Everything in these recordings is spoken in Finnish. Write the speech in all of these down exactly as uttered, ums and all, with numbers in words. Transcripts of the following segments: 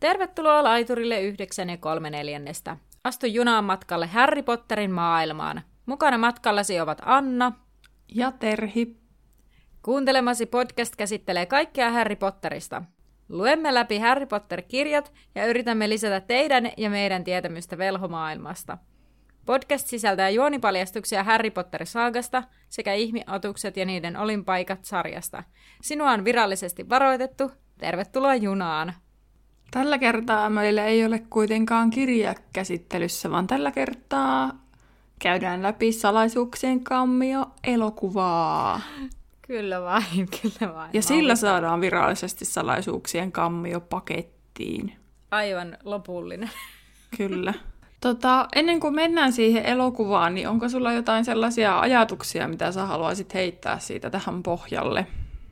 Tervetuloa laiturille yhdeksän ja kolme neljännestä. Astu junaan matkalle Harry Potterin maailmaan. Mukana matkallasi ovat Anna ja Terhi. Kuuntelemasi podcast käsittelee kaikkea Harry Potterista. Luemme läpi Harry Potter-kirjat ja yritämme lisätä teidän ja meidän tietämystä velhomaailmasta. Podcast sisältää juonipaljastuksia Harry Potter-saagasta sekä ihmiotukset ja niiden olinpaikat sarjasta. Sinua on virallisesti varoitettu. Tervetuloa junaan! Tällä kertaa meillä ei ole kuitenkaan kirja käsittelyssä, vaan tällä kertaa käydään läpi Salaisuuksien kammio -elokuvaa. Kyllä vain, kyllä vain. Ja sillä saadaan virallisesti Salaisuuksien kammio pakettiin. Aivan lopullinen. Kyllä. Tota, ennen kuin mennään siihen elokuvaan, niin onko sulla jotain sellaisia ajatuksia, mitä sä haluaisit heittää siitä tähän pohjalle?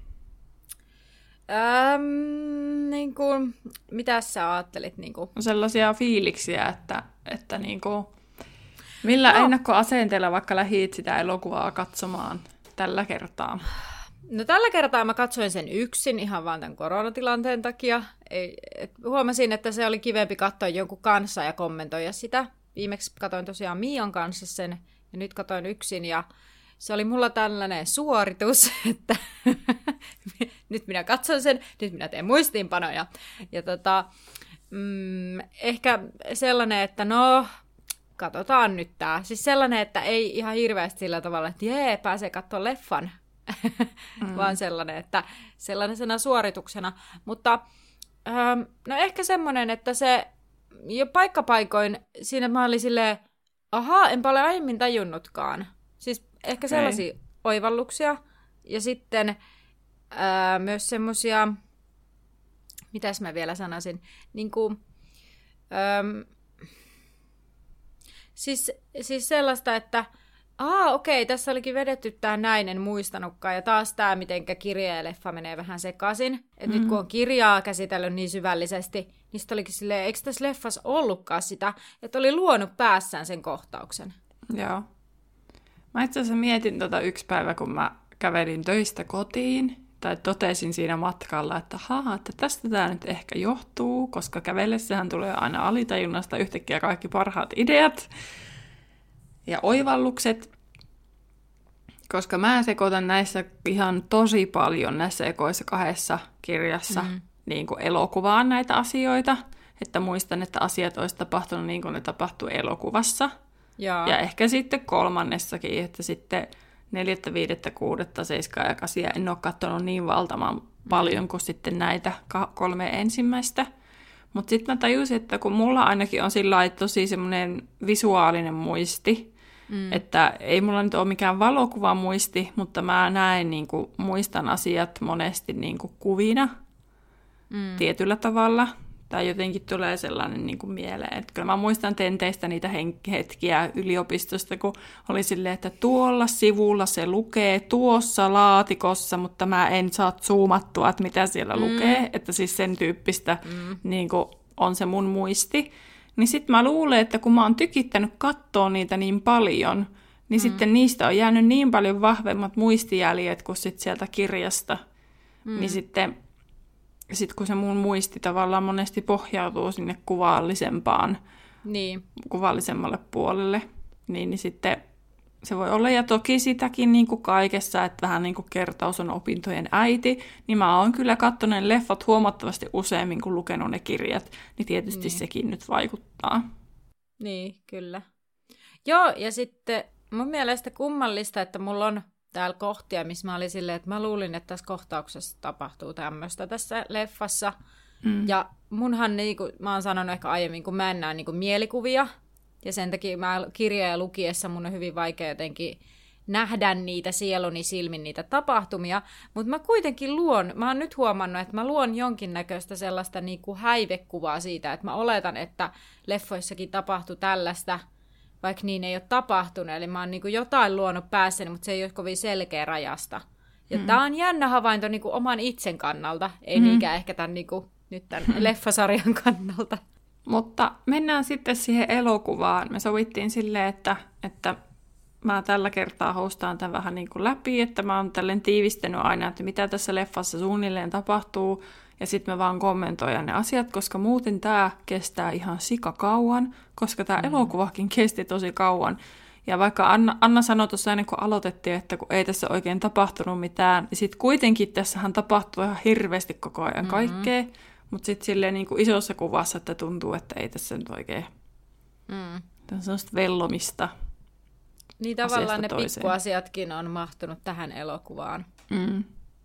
Ähm, niin kuin, mitä sä ajattelit? Niin kuin? Sellaisia fiiliksiä, että, että niin kuin, millä no. ennakkoasenteella vaikka lähdit sitä elokuvaa katsomaan tällä kertaa? No tällä kertaa mä katsoin sen yksin ihan vaan tämän koronatilanteen takia. Ei, et, huomasin, että se oli kivempi katsoa jonkun kanssa ja kommentoida sitä. Viimeksi katsoin tosiaan Miian kanssa sen ja nyt katsoin yksin ja se oli mulla tällainen suoritus, että nyt minä katson sen, nyt minä teen muistiinpanoja. Ja tota, mm, ehkä sellainen, että no, katsotaan nyt tää. Siis sellainen, että ei ihan hirveästi sillä tavalla, että jee, pääsee katsoa leffan. mm. Vaan sellainen, että sellaisena suorituksena. Mutta ähm, no ehkä semmoinen, että se jo paikkapaikoin siinä mä olin silleen, ahaa, enpä ole aiemmin tajunnutkaan. Siis ehkä sellaisia Ei. oivalluksia. Ja sitten ää, myös semmosia, mitäs mä vielä sanoisin, niin kuin, äm, siis, siis sellaista, että aa okei, tässä olikin vedetty tää näin, en muistanutkaan. Ja taas tää, mitenkä kirja ja leffa menee vähän sekaisin. Että mm-hmm. nyt kun on kirjaa käsitellyt niin syvällisesti, niin sitten olikin silleen, eikö tässä leffassa ollutkaan sitä, että oli luonut päässään sen kohtauksen. Joo. Mä itse asiassa mietin tota yksi päivä, kun mä kävelin töistä kotiin, tai totesin siinä matkalla, että haa, että tästä tämä nyt ehkä johtuu, koska kävellessähän tulee aina alitajunnasta yhtäkkiä kaikki parhaat ideat ja oivallukset, koska mä sekoitan näissä ihan tosi paljon näissä ekoissa kahdessa kirjassa mm. niin kuin elokuvaan näitä asioita, että muistan, että asiat olisi tapahtunut niin kuin ne tapahtui elokuvassa. Jaa. Ja ehkä sitten kolmannessakin, että sitten neljättä, viidettä, kuudetta, seiskaa ja kasia en ole katsonut niin valtavan paljon kuin sitten näitä kolme ensimmäistä. Mutta sitten mä tajusin, että kun mulla ainakin on sillä lailla tosi semmoinen visuaalinen muisti, mm. että ei mulla nyt ole mikään valokuvamuisti, mutta mä näen, niin kuin, muistan asiat monesti niin kuin kuvina mm. tietyllä tavalla. Tai jotenkin tulee sellainen niin kuin mieleen. Että kyllä mä muistan tenteistä niitä hetkiä yliopistosta, kun oli silleen, että tuolla sivulla se lukee, tuossa laatikossa, mutta mä en saa zoomattua, että mitä siellä mm. lukee. Että siis sen tyyppistä mm. niin kuin on se mun muisti. Niin sit mä luulen, että kun mä oon tykittänyt katsoa niitä niin paljon, niin mm. sitten niistä on jäänyt niin paljon vahvemmat muistijäljet kuin sit sieltä kirjasta. Mm. Niin sitten sitten kun se mun muisti tavallaan monesti pohjautuu sinne kuvaallisempaan, niin. kuvallisemmalle puolelle, niin, niin sitten se voi olla. Ja toki sitäkin niin kuin kaikessa, että vähän niin kuin kertaus on opintojen äiti, niin mä oon kyllä katsonut leffat huomattavasti useammin kuin lukenut ne kirjat, niin tietysti niin. sekin nyt vaikuttaa. Niin, kyllä. Joo, ja sitten mun mielestä kummallista, että mulla on täällä kohtia, missä mä olin silleen, että mä luulin, että tässä kohtauksessa tapahtuu tämmöistä tässä leffassa. Mm. Ja munhan, niin kuin mä oon sanonut ehkä aiemmin, kun mä en näe niin kuin mielikuvia, ja sen takia mä kirjoja lukiessa mun on hyvin vaikea jotenkin nähdä niitä sieluni silmin, niitä tapahtumia, mutta mä kuitenkin luon, mä oon nyt huomannut, että mä luon jonkinnäköistä sellaista niin kuin häivekuvaa siitä, että mä oletan, että leffoissakin tapahtuu tällaista, vaikka niin ei ole tapahtunut. Eli mä oon niin kuin jotain luonut päässäni, mutta se ei ole kovin selkeä rajasta. Ja mm. tää on jännä havainto niin kuin oman itsen kannalta, ei mm. niinkään ehkä tämän, niin kuin, nyt tämän leffasarjan kannalta. Mutta mennään sitten siihen elokuvaan. Me sovittiin silleen, että, että mä tällä kertaa hostaan tämän vähän niin kuin läpi, että mä oon tälleen tiivistänyt aina, että mitä tässä leffassa suunnilleen tapahtuu, ja sitten mä vaan kommentoin ne asiat, koska muuten tää kestää ihan sikakauan, koska tää mm. elokuvakin kesti tosi kauan. Ja vaikka Anna, Anna sanoi tuossa ennen kuin aloitettiin, että kun ei tässä oikein tapahtunut mitään, niin sitten kuitenkin tässähän tapahtuu ihan hirveästi koko ajan mm-hmm. kaikkea, mutta sitten silleen niin kuin isossa kuvassa, että tuntuu, että ei tässä nyt oikein mm. tämä on sellaista vellomista. Niin tavallaan ne toiseen. Pikkuasiatkin on mahtunut tähän elokuvaan. Mm.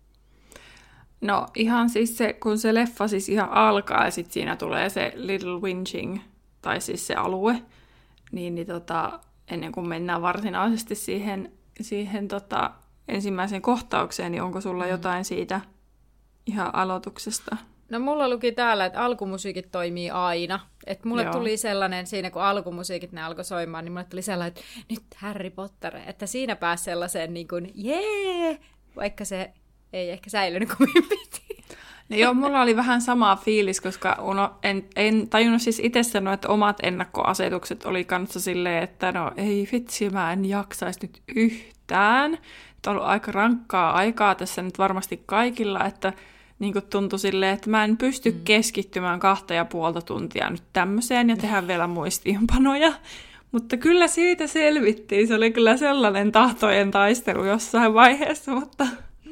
No ihan siis se, kun se leffa siis ihan alkaa ja sitten siinä tulee se Little Winching, tai siis se alue, niin, niin tota, ennen kuin mennään varsinaisesti siihen, siihen tota, ensimmäiseen kohtaukseen, niin onko sulla mm. jotain siitä ihan aloituksesta? No mulla luki täällä, että alkumusiikit toimii aina. Että mulle Joo. tuli sellainen, siinä kun alkumusiikit ne alkoi soimaan, niin mulle tuli sellainen, että nyt Harry Potter, että siinä pääsi sellaiseen niin kuin jee, vaikka se ei ehkä säilynyt kuin piti. No joo, mulla oli vähän sama fiilis, koska uno, en, en tajunnut siis itse sanoa, että omat ennakkoasetukset oli kanssa silleen, että no ei vitsi, mä en jaksaisi nyt yhtään. Että on ollut aika rankkaa aikaa tässä nyt varmasti kaikilla, että niin kuin tuntui silleen, että mä en pysty mm. keskittymään kahta ja puolta tuntia nyt tämmöiseen ja tehdä vielä muistiinpanoja. Mutta kyllä siitä selvittiin. Se oli kyllä sellainen tahtojen taistelu jossain vaiheessa, mutta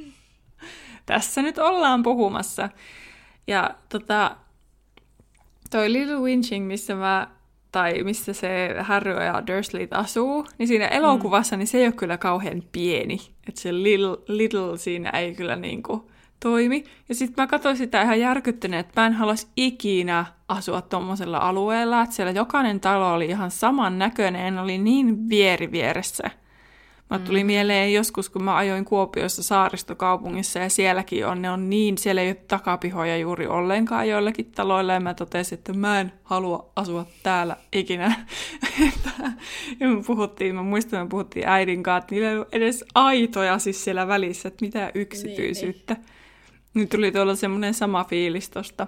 tässä nyt ollaan puhumassa. Ja tota, toi Little Winching, missä mä, tai missä se Harry ja Dursleyt asuu, niin siinä elokuvassa mm. niin se ei ole kyllä kauhean pieni. Että se little, little siinä ei kyllä niinku toimi. Ja sitten mä katsoin sitä ihan järkyttyneen, että mä en haluaisi ikinä asua tuommoisella alueella, että siellä jokainen talo oli ihan saman näköinen, oli niin vieri vieressä. Mä tuli mm. mieleen joskus, kun mä ajoin Kuopiossa saaristokaupungissa, ja sielläkin on, ne on niin, siellä ei ole takapihoja juuri ollenkaan joillakin taloilla, ja mä totesin, että mä en halua asua täällä ikinä. Ja me puhuttiin, mä muistan, että me puhuttiin äidin kanssa, että niillä ei ollut edes aitoja siis siellä välissä, että mitään yksityisyyttä. Niin, niin. Nyt tuli tuolla semmoinen sama fiilis tosta.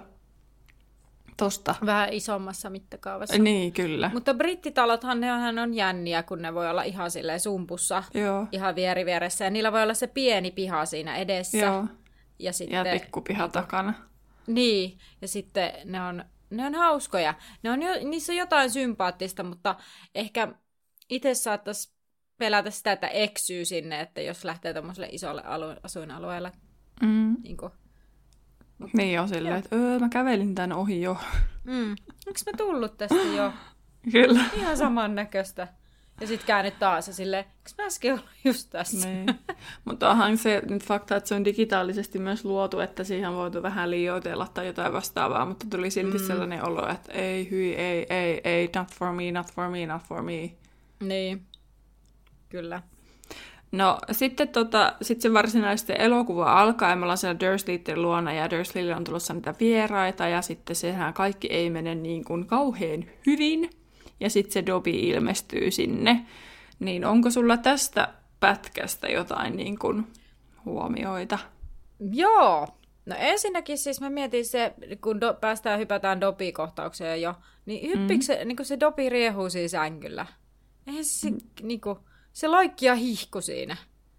Tosta. Vähän isommassa mittakaavassa. Niin, kyllä. Mutta brittitalothan nehän on jänniä, kun ne voi olla ihan silleen sumpussa, Joo. ihan vieri vieressä. Ja niillä voi olla se pieni piha siinä edessä. Joo. Ja, sitten, ja pikkupiha takana. Niin, ja sitten ne on, ne on hauskoja. Ne on jo, niissä on jotain sympaattista, mutta ehkä itse saattaisi pelätä sitä, että eksyy sinne, että jos lähtee tuommoiselle isolle alu- asuinalueelle. Mm. Niin kuin. Niin on silleen, että öö, mä kävelin tän ohi jo. Mm. Onko mä tullut tästä jo? Kyllä. Ihan samannäköistä. Ja sit käännyt taas ja silleen, eikö mä äsken ollut just tässä? Niin. Mutta onhan se nyt fakta, että se on digitaalisesti myös luotu, että siihen on voitu vähän liioitella tai jotain vastaavaa, mutta tuli silti mm. sellainen olo, että ei, hyi, ei, ei, ei, not for me, not for me, not for me. Niin, kyllä. No sitten tota, sit se varsinaisesti elokuva alkaa ja me ollaan siellä Dursleyten luona ja Dursleylle on tulossa niitä vieraita ja sitten sehän kaikki ei mene niin kuin kauhean hyvin ja sitten se Dobby ilmestyy sinne. Niin onko sulla tästä pätkästä jotain niin kuin huomioita? Joo. No ensinnäkin siis mä mietin se, kun do, päästään hypätään Dobby-kohtaukseen jo, niin hyppikö mm. se, niin kuin se Dobby riehuu siinä sängyllä? Eihän se mm. niin kuin... Se loikki ja hihku siinä.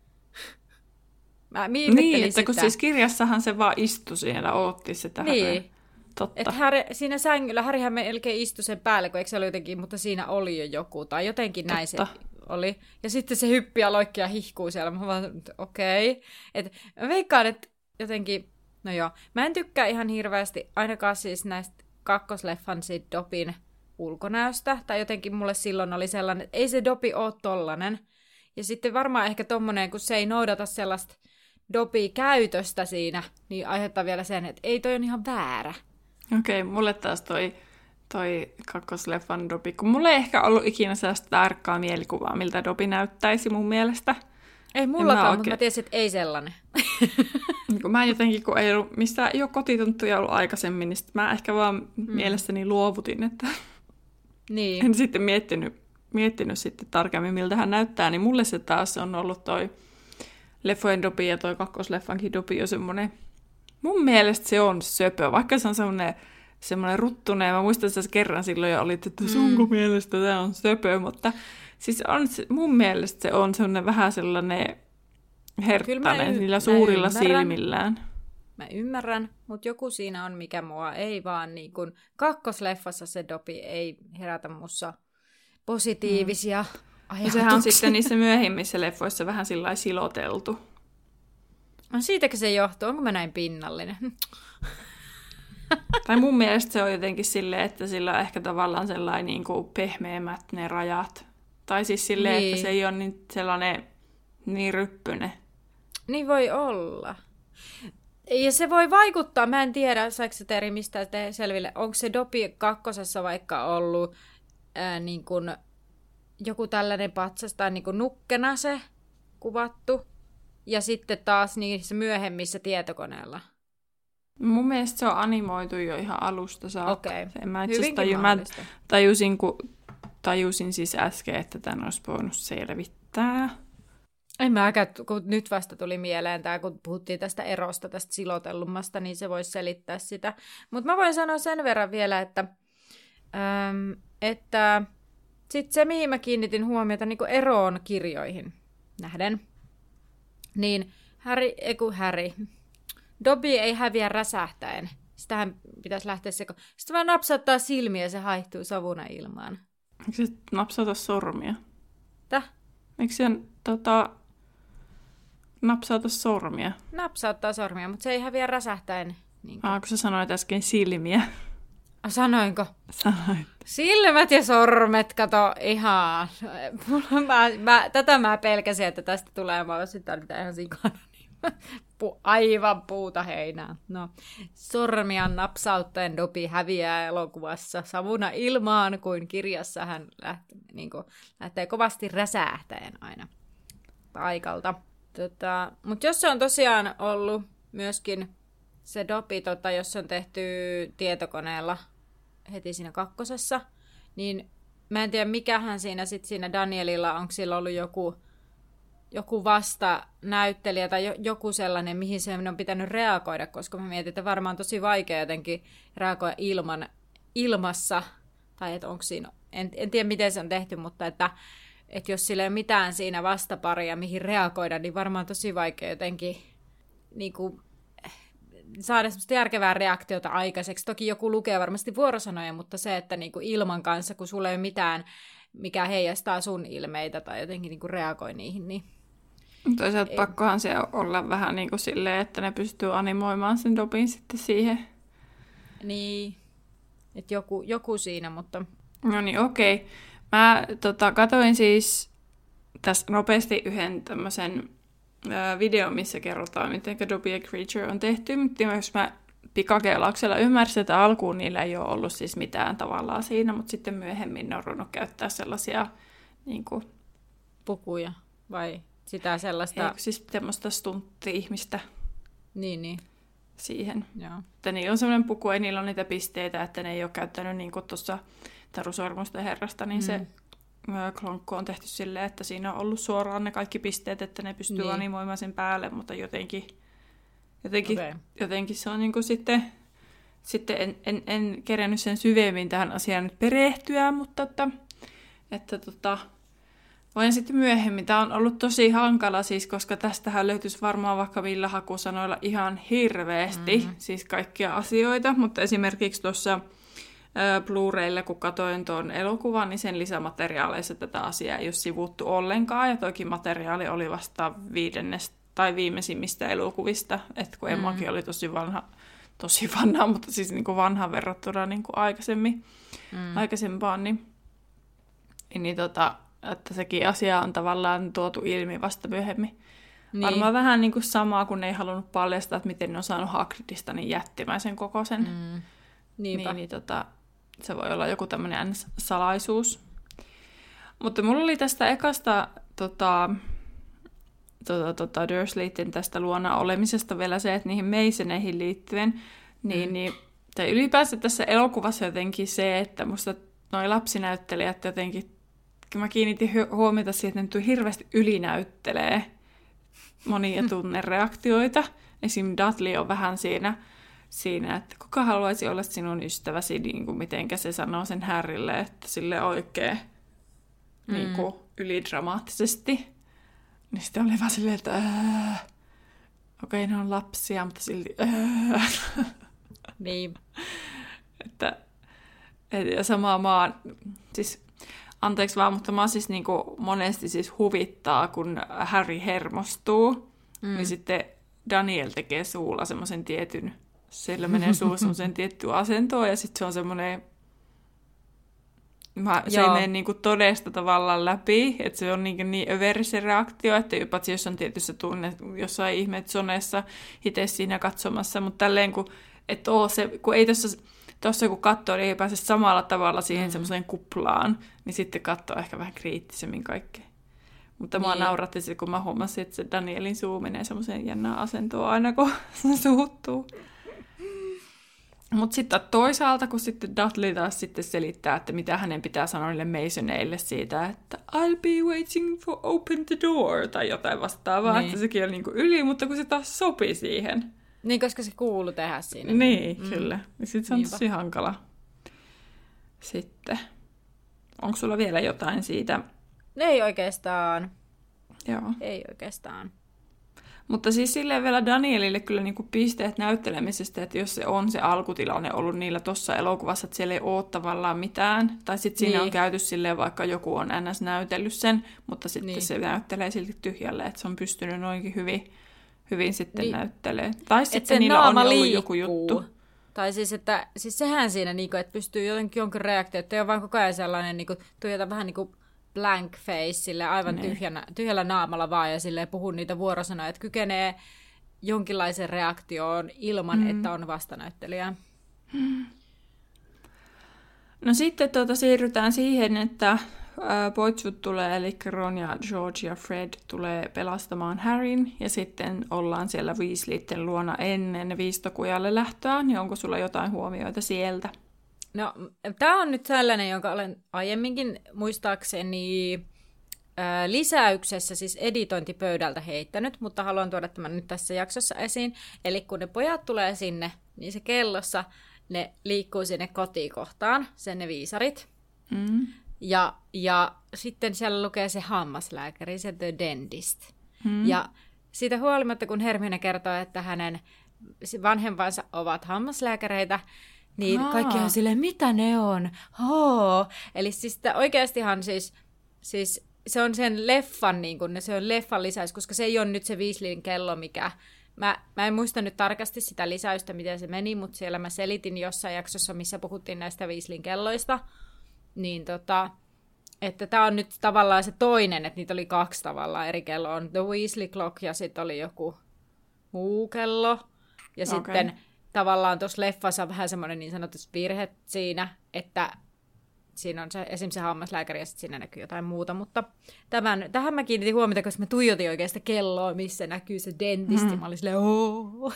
Mä niin, että sitä. Kun siis kirjassahan se vaan istui siellä, ootti sitä. Niin. Totta. Että Harry, siinä sängyllä, Harryhän melkein istui sen päälle, kun eikö se oli jotenkin, mutta siinä oli jo joku, tai jotenkin näin Totta. Se oli. Ja sitten se hyppi ja loikki ja hihkuu siellä. Mä vaan, okei. Okay. Että mä veikkaan, että jotenkin, no joo. Mä en tykkää ihan hirveästi, ainakaan siis näistä kakkosleffan siitä Dobin ulkonäöstä, tai jotenkin mulle silloin oli sellainen, että ei se Dobby ole tollanen. Ja sitten varmaan ehkä tommonen, kun se ei noudata sellaista Dobby-käytöstä siinä, niin aiheuttaa vielä sen, että ei toi on ihan väärä. Okei, okay, mulle taas toi, toi kakkosleffan Dobby, kun mulla ei ehkä ollut ikinä sellaista tarkkaa mielikuvaa, miltä Dobby näyttäisi mun mielestä. Ei mullakaan, oikein... mutta mä tiesin, että ei sellainen. Kun mä jotenkin, kun ei, ollut, mistä ei ole kotitonttuja ollut aikaisemmin, niin mä ehkä vaan mm. mielestäni luovutin, että niin. en sitten miettinyt, miettinyt sitten tarkemmin, miltä hän näyttää, niin mulle se taas on ollut toi leffojen Dobby ja toi kakkosleffankin Dobby jo semmoinen, mun mielestä se on söpö, vaikka se on semmoinen, semmoinen ruttunen, mä muistan, että kerran silloin jo oli, että sunko mm. mielestä tämä on söpö, mutta Siis on, mun mielestä se on sellainen vähän sellainen herttainen y- niillä suurilla silmillään. Mä ymmärrän, mutta joku siinä on, mikä mua ei vaan niin kuin kakkosleffassa se Dobby ei herätä mussa positiivisia mm. ajatuksia. Ja sehän on sitten niissä myöhemmissä leffoissa vähän sillä siloteltu. No siitäkö se johtuu? Onko mä näin pinnallinen? Tai mun mielestä se on jotenkin silleen, että sillä on ehkä tavallaan sellainen niin kuin pehmeämmät ne rajat. Tai siis silleen, niin. Että se ei ole niin sellainen niin ryppyinen. Niin voi olla. Ja se voi vaikuttaa, mä en tiedä, saiko se Teri mistä te selville, onko se Dobby kakkosessa vaikka ollut ää, niin kuin joku tällainen patsas tai niin kuin nukkena se kuvattu, ja sitten taas niissä myöhemmissä tietokoneella. Mun mielestä se on animoitu jo ihan alusta saakka. Okei, okay. Mä taju, mä tajusin, kun tajusin siis äsken, että tämän olisi voinut selvittää. En mäkään, kun nyt vasta tuli mieleen tämä, kun puhuttiin tästä erosta, tästä silotellummasta, niin se voisi selittää sitä. Mutta mä voin sanoa sen verran vielä, että, äm, että sit se, mihin mä kiinnitin huomiota niin eroon kirjoihin nähden, niin Harry, eiku Harry, Dobby ei häviä räsähtäen. Sitähän pitäisi lähteä seko. Sitten vaan napsauttaa silmiä ja se haihtuu savuna ilmaan. Eikö se napsauta sormia? Täh? Eikö se tota, napsauta sormia? Napsauttaa sormia, mutta se ei häviä räsähtäen. Niin ah, kun sä sanoit äsken silmiä. Ah, sanoinko? Sanoit. Silmät ja sormet, kato, ihan. Mä, mä, tätä mä pelkäsin, että tästä tulee, mä olisin tarvita ihan sikana. Pu, aivan puuta heinää. No, sormia napsauttaen Dobby häviää elokuvassa savuna ilmaan, kuin kirjassa hän lähtee, niin kuin, lähtee kovasti räsähtäen aina paikalta. Tota, mutta jos se on tosiaan ollut myöskin se Dobby, tota, jos se on tehty tietokoneella heti siinä kakkosessa, niin mä en tiedä mikähän siinä sitten siinä Danielilla, onko sillä ollut joku joku vastanäyttelijä tai joku sellainen, mihin se on pitänyt reagoida, koska mä mietin, että varmaan on tosi vaikea jotenkin reagoida ilman, ilmassa, tai että onko siinä, en, en tiedä miten se on tehty, mutta että, että jos sillä ei ole mitään siinä vastaparia, mihin reagoida, niin varmaan on tosi vaikea jotenkin niin kuin, saada semmoista järkevää reaktiota aikaiseksi. Toki joku lukee varmasti vuorosanoja, mutta se, että niin kuin ilman kanssa, kun sulla ei ole mitään, mikä heijastaa sun ilmeitä tai jotenkin niin kuin reagoi niihin, niin toisaalta ei. Pakkohan se olla vähän niin kuin silleen, että ne pystyy animoimaan sen Dobbyn sitten siihen. Niin, että joku, joku siinä, mutta no niin, okei. Okay. Mä tota, katoin siis tässä nopeasti yhden tämmöisen ää, videon, missä kerrotaan, miten Dobby ja Creature on tehty, mutta jos mä pikakeilauksella ymmärsin, että alkuun niillä ei ole ollut siis mitään tavallaan siinä, mutta sitten myöhemmin ne on ruvennut käyttää sellaisia niin kuin pukuja vai sitä sellaista? Eikö siis semmoista stuntти-ihmistä niin, niin. siihen. Joo. Että niillä on semmoinen puku, ja niillä on niitä pisteitä, että ne ei ole käyttänyt niin kuin tuossa Taru Sormusten herrasta, niin mm. se klonkko on tehty silleen, että siinä on ollut suoraan ne kaikki pisteet, että ne pystyy niin animoimaan sen päälle, mutta jotenkin Jotenkin, okay. jotenkin se on niin kuin sitten, sitten en, en, en kerännyt sen syvemmin tähän asiaan nyt perehtyä, mutta että, että tota, voin sitten myöhemmin. Tämä on ollut tosi hankala siis, koska tästähän löytyisi varmaan vaikka millä hakusanoilla ihan hirveästi mm-hmm. siis kaikkia asioita, mutta esimerkiksi tuossa ä, Blu-raylla, kun katsoin tuon elokuvan, niin sen lisämateriaaleissa tätä asiaa ei ole sivuttu ollenkaan, ja toikin materiaali oli vasta viidennestä tai viimeisimmistä elokuvista, että kun Emmakin mm. oli tosi vanha, tosi vanha, mutta siis niin kuin vanha verrattuna niin kuin aikaisemmin, mm. aikaisempaan, niin, niin tota, että sekin asia on tavallaan tuotu ilmi vasta myöhemmin. Niin. Varmaan vähän niin kuin samaa, kun ne ei halunnut paljastaa, että miten ne on saanut Hagridista niin jättimäisen kokoisen. Mm. Niin, niin tota, se voi olla joku tämmöinen salaisuus. Mutta mulla oli tästä ekasta tota, tota, tota, Dursleyten tästä luona olemisesta vielä se, että niihin Masoneihin liittyen, niin, mm. niin tai ylipäänsä tässä elokuvassa jotenkin se, että musta noi lapsinäyttelijät jotenkin, mä kiinnitin huomiota siihen, että ne hirveästi ylinäyttelee monia tunnereaktioita. Esim. Dudley on vähän siinä, siinä, että kuka haluaisi olla sinun ystäväsi, niin kuin mitenkä se sanoo sen Harrylle, että sille oikein mm. niin kuin, ylidramaattisesti. Niin sitten oli vaan silleen, että äh, okei, okay, ne on lapsia, mutta silti äh. Niin. Että, et, ja samaa mä oon, siis anteeksi vaan, mutta mä siis niinku monesti siis huvittaa, kun Harry hermostuu, mm. niin sitten Daniel tekee suulla semmoisen tietyn, siellä menee suu semmoisen tiettyyn asentoon, ja sitten se on semmoinen, mä, se Joo. ei mene niinku todesta tavallaan läpi, että se on niin, niin överi se reaktio, että jopa jos on tietyssä tunne, jossain ihmeet sonessa itse siinä katsomassa, mutta tälleen kun, et oo se, kun ei tossa, tossa kun katsoo, niin ei pääse samalla tavalla siihen mm. semmoiseen kuplaan, niin sitten katsoo ehkä vähän kriittisemmin kaikkea. Mutta niin. Mua nauratti se, kun mä huomasin, että se Danielin suu menee semmoiseen jännään asentoon aina, kun se suuttuu. Mutta sitten toisaalta, kun sitten Dudley taas sitten selittää, että mitä hänen pitää sanoa niille Masoneille siitä, että I'll be waiting for open the door, tai jotain vastaavaa, niin. Että sekin on niinku yli, mutta kun se taas sopii siihen. Niin, koska se kuuluu tehdä siinä. Niin, mm. kyllä. Ja sitten se on Niinpä. Tosi hankala. Sitten. Onko sulla vielä jotain siitä? Ei oikeastaan. Joo. Ei oikeastaan. Mutta siis silleen vielä Danielille kyllä niinku pisteet näyttelemisestä, että jos se on se alkutilanne ollut niillä tuossa elokuvassa, että siellä ei ole tavallaan mitään, tai sitten siinä niin. on käyty silleen, vaikka joku on ns. Näytellyt sen, mutta sitten niin. se näyttelee silti tyhjälle, että se on pystynyt noinkin hyvin, hyvin sitten niin. näyttelemään. Tai sitten niillä on ollut liikkuu. Joku juttu. Tai siis, että siis sehän siinä, niinku, että pystyy jotenkin jonkin reaktio, että ei ole vaan koko ajan sellainen, niinku, tuijota vähän niin kuin blank face, sille aivan tyhjänä, tyhjällä naamalla vaan, ja silleen puhuu niitä vuorosanoja, että kykenee jonkinlaisen reaktioon ilman, mm. että on vastanäyttelijä. Mm. No sitten tuota, siirrytään siihen, että äh, poitsut tulee, eli Ron ja George ja Fred tulee pelastamaan Harryn, ja sitten ollaan siellä Weasleyten luona ennen viistokujalle lähtöä, niin onko sulla jotain huomioita sieltä? No, tämä on nyt sellainen, jonka olen aiemminkin muistaakseni ää, lisäyksessä, siis editointipöydältä heittänyt, mutta haluan tuoda tämän nyt tässä jaksossa esiin. Eli kun ne pojat tulee sinne, niin se kellossa ne liikkuu sinne kotikohtaan, sen ne viisarit. Mm. Ja, ja sitten siellä lukee se hammaslääkäri, se The Dentist. Mm. Ja siitä huolimatta, kun Hermione kertoo, että hänen vanhempansa ovat hammaslääkäreitä, niin Haa. kaikki on silleen, mitä ne on? Hoo. Eli siis oikeastihan siis, siis se on sen leffan, niin kun, se on leffan lisäys, koska se ei ole nyt se Weasleyn kello, mikä... Mä, mä en muista nyt tarkasti sitä lisäystä, miten se meni, mutta siellä mä selitin jossain jaksossa, missä puhuttiin näistä Weasleyn kelloista, niin tota, että tää on nyt tavallaan se toinen, että niitä oli kaksi tavallaan eri kelloa. On The Weasley Clock ja sitten oli joku muu kello. Ja okay. sitten tavallaan tuossa leffassa on vähän semmoinen niin sanotus virhe siinä, että siinä on se, esimerkiksi se hammaslääkäri ja sitten siinä näkyy jotain muuta, mutta tämän, tähän mä kiinnitin huomiota, koska mä tuijotin oikein sitä kelloa, missä näkyy se dentisti. Mm. Mä olin silleen, ooo.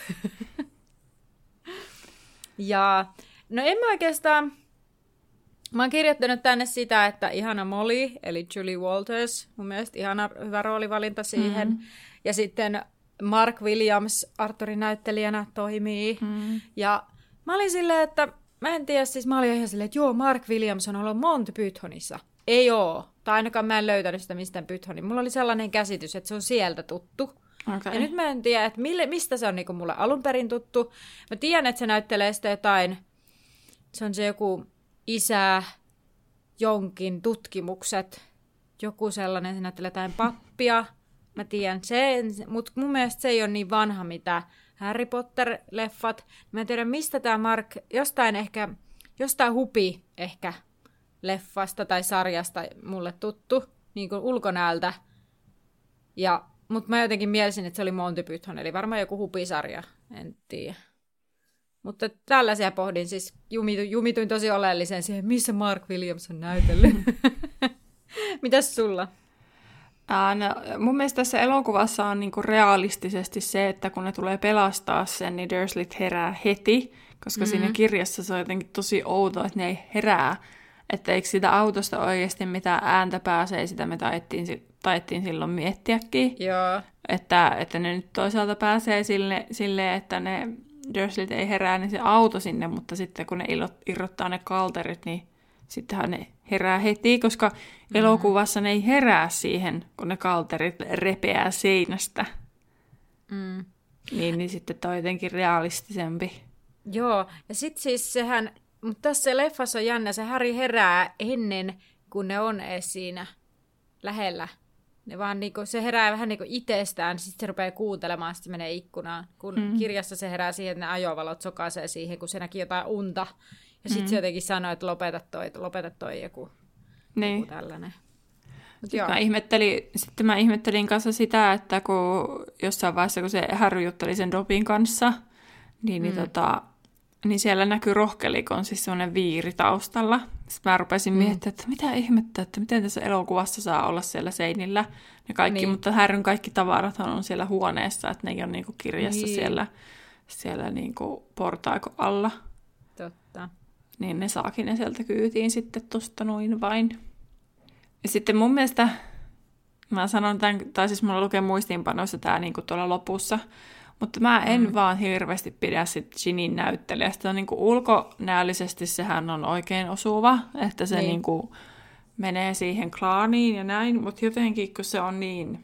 Ja no en mä oikeastaan, mä oon kirjoittanut tänne sitä, että ihana Molly, eli Julie Walters, mun mielestä ihana hyvä roolivalinta siihen. Mm. Ja sitten Mark Williams Arthurin näyttelijänä toimii. Mm. Ja mä olin silleen, että mä en tiedä, siis mä olin ihan silleen, että joo, Mark Williams on ollut Monty Pythonissa. Ei oo. Tai ainakaan mä en löytänyt sitä mistään Pythonin. Mulla oli sellainen käsitys, että se on sieltä tuttu. Okay. Ja nyt mä en tiedä, että mille, mistä se on niinku mulle alun perin tuttu. Mä tiedän, että se näyttelee sitä jotain, se on se joku isä, jonkin tutkimukset, joku sellainen, se näyttelee jotain pappia. Mä tiedän sen, mutta mun mielestä se ei ole niin vanha, mitä Harry Potter-leffat. Mä en tiedä, mistä tämä Mark, jostain ehkä, jostain hupi ehkä leffasta tai sarjasta mulle tuttu, niin kuin ulkonäöltä. Ja, mutta mä jotenkin mielisin, että se oli Monty Python, eli varmaan joku hupisarja, en tiedä. Mutta tällaisia pohdin, siis jumituin, jumituin tosi oleelliseen siihen, missä Mark Williams on näytellyt. Mitäs sulla? Ää, no, mun mielestä tässä elokuvassa on niinku realistisesti se, että kun ne tulee pelastaa sen, niin Dursleyt herää heti, koska mm-hmm. siinä kirjassa se on jotenkin tosi outoa, että ne ei herää. Että eikö sitä autosta oikeasti mitään ääntä pääsee, sitä me taettiin, taettiin silloin miettiäkin. Joo. Että, että ne nyt toisaalta pääsee sille, sille, että ne Dursleyt ei herää, niin se auto sinne, mutta sitten kun ne irrottaa ne kalterit, niin sittenhän ne herää heti, koska mm-hmm. elokuvassa ne ei herää siihen, kun ne kalterit repeää seinästä. Mm. Niin, niin sitten toi on jotenkin realistisempi. Joo, ja sitten siis sehän, mutta tässä leffassa on jännä, se Harry herää ennen, kuin ne on edes siinä lähellä. Ne vaan niinku, se herää vähän niinku itsestään, sitten se rupeaa kuuntelemaan, sitten se menee ikkunaan. Kun mm. kirjassa se herää siihen, että ne ajovalot sokaisee siihen, kun se näki jotain unta. Ja sitten mm. se jotenkin sanoi, että lopeta toi, lopeta toi joku, niin. joku tällainen. Mut sitten, mä ihmettelin, sitten mä ihmettelin kanssa sitä, että kun jossain vaiheessa, kun se Harry jutteli sen Dobin kanssa, niin, mm. niin, tota, niin siellä näkyy rohkelikon, siis semmoinen viiri taustalla. Sitten mä rupesin mm. miettimään, että mitä ihmettä, että miten tässä elokuvassa saa olla siellä seinillä ne kaikki, niin. mutta Harryn kaikki tavarat on siellä huoneessa, että ne ei ole niinku kirjassa niin. siellä, siellä niinku portaiko alla. Totta. Niin ne saakin ne sieltä kyytiin sitten tosta noin vain. Ja sitten mun mielestä, mä sanon tämän, tai siis mulla lukee muistiinpanoissa tää niinku tuolla lopussa, mutta mä en mm. vaan hirveästi pidä sit Ginin näyttelijästä. Niinku ulkonäöllisesti sehän on oikein osuva, että se niin. niinku menee siihen klaaniin ja näin, mutta jotenkin kun se on niin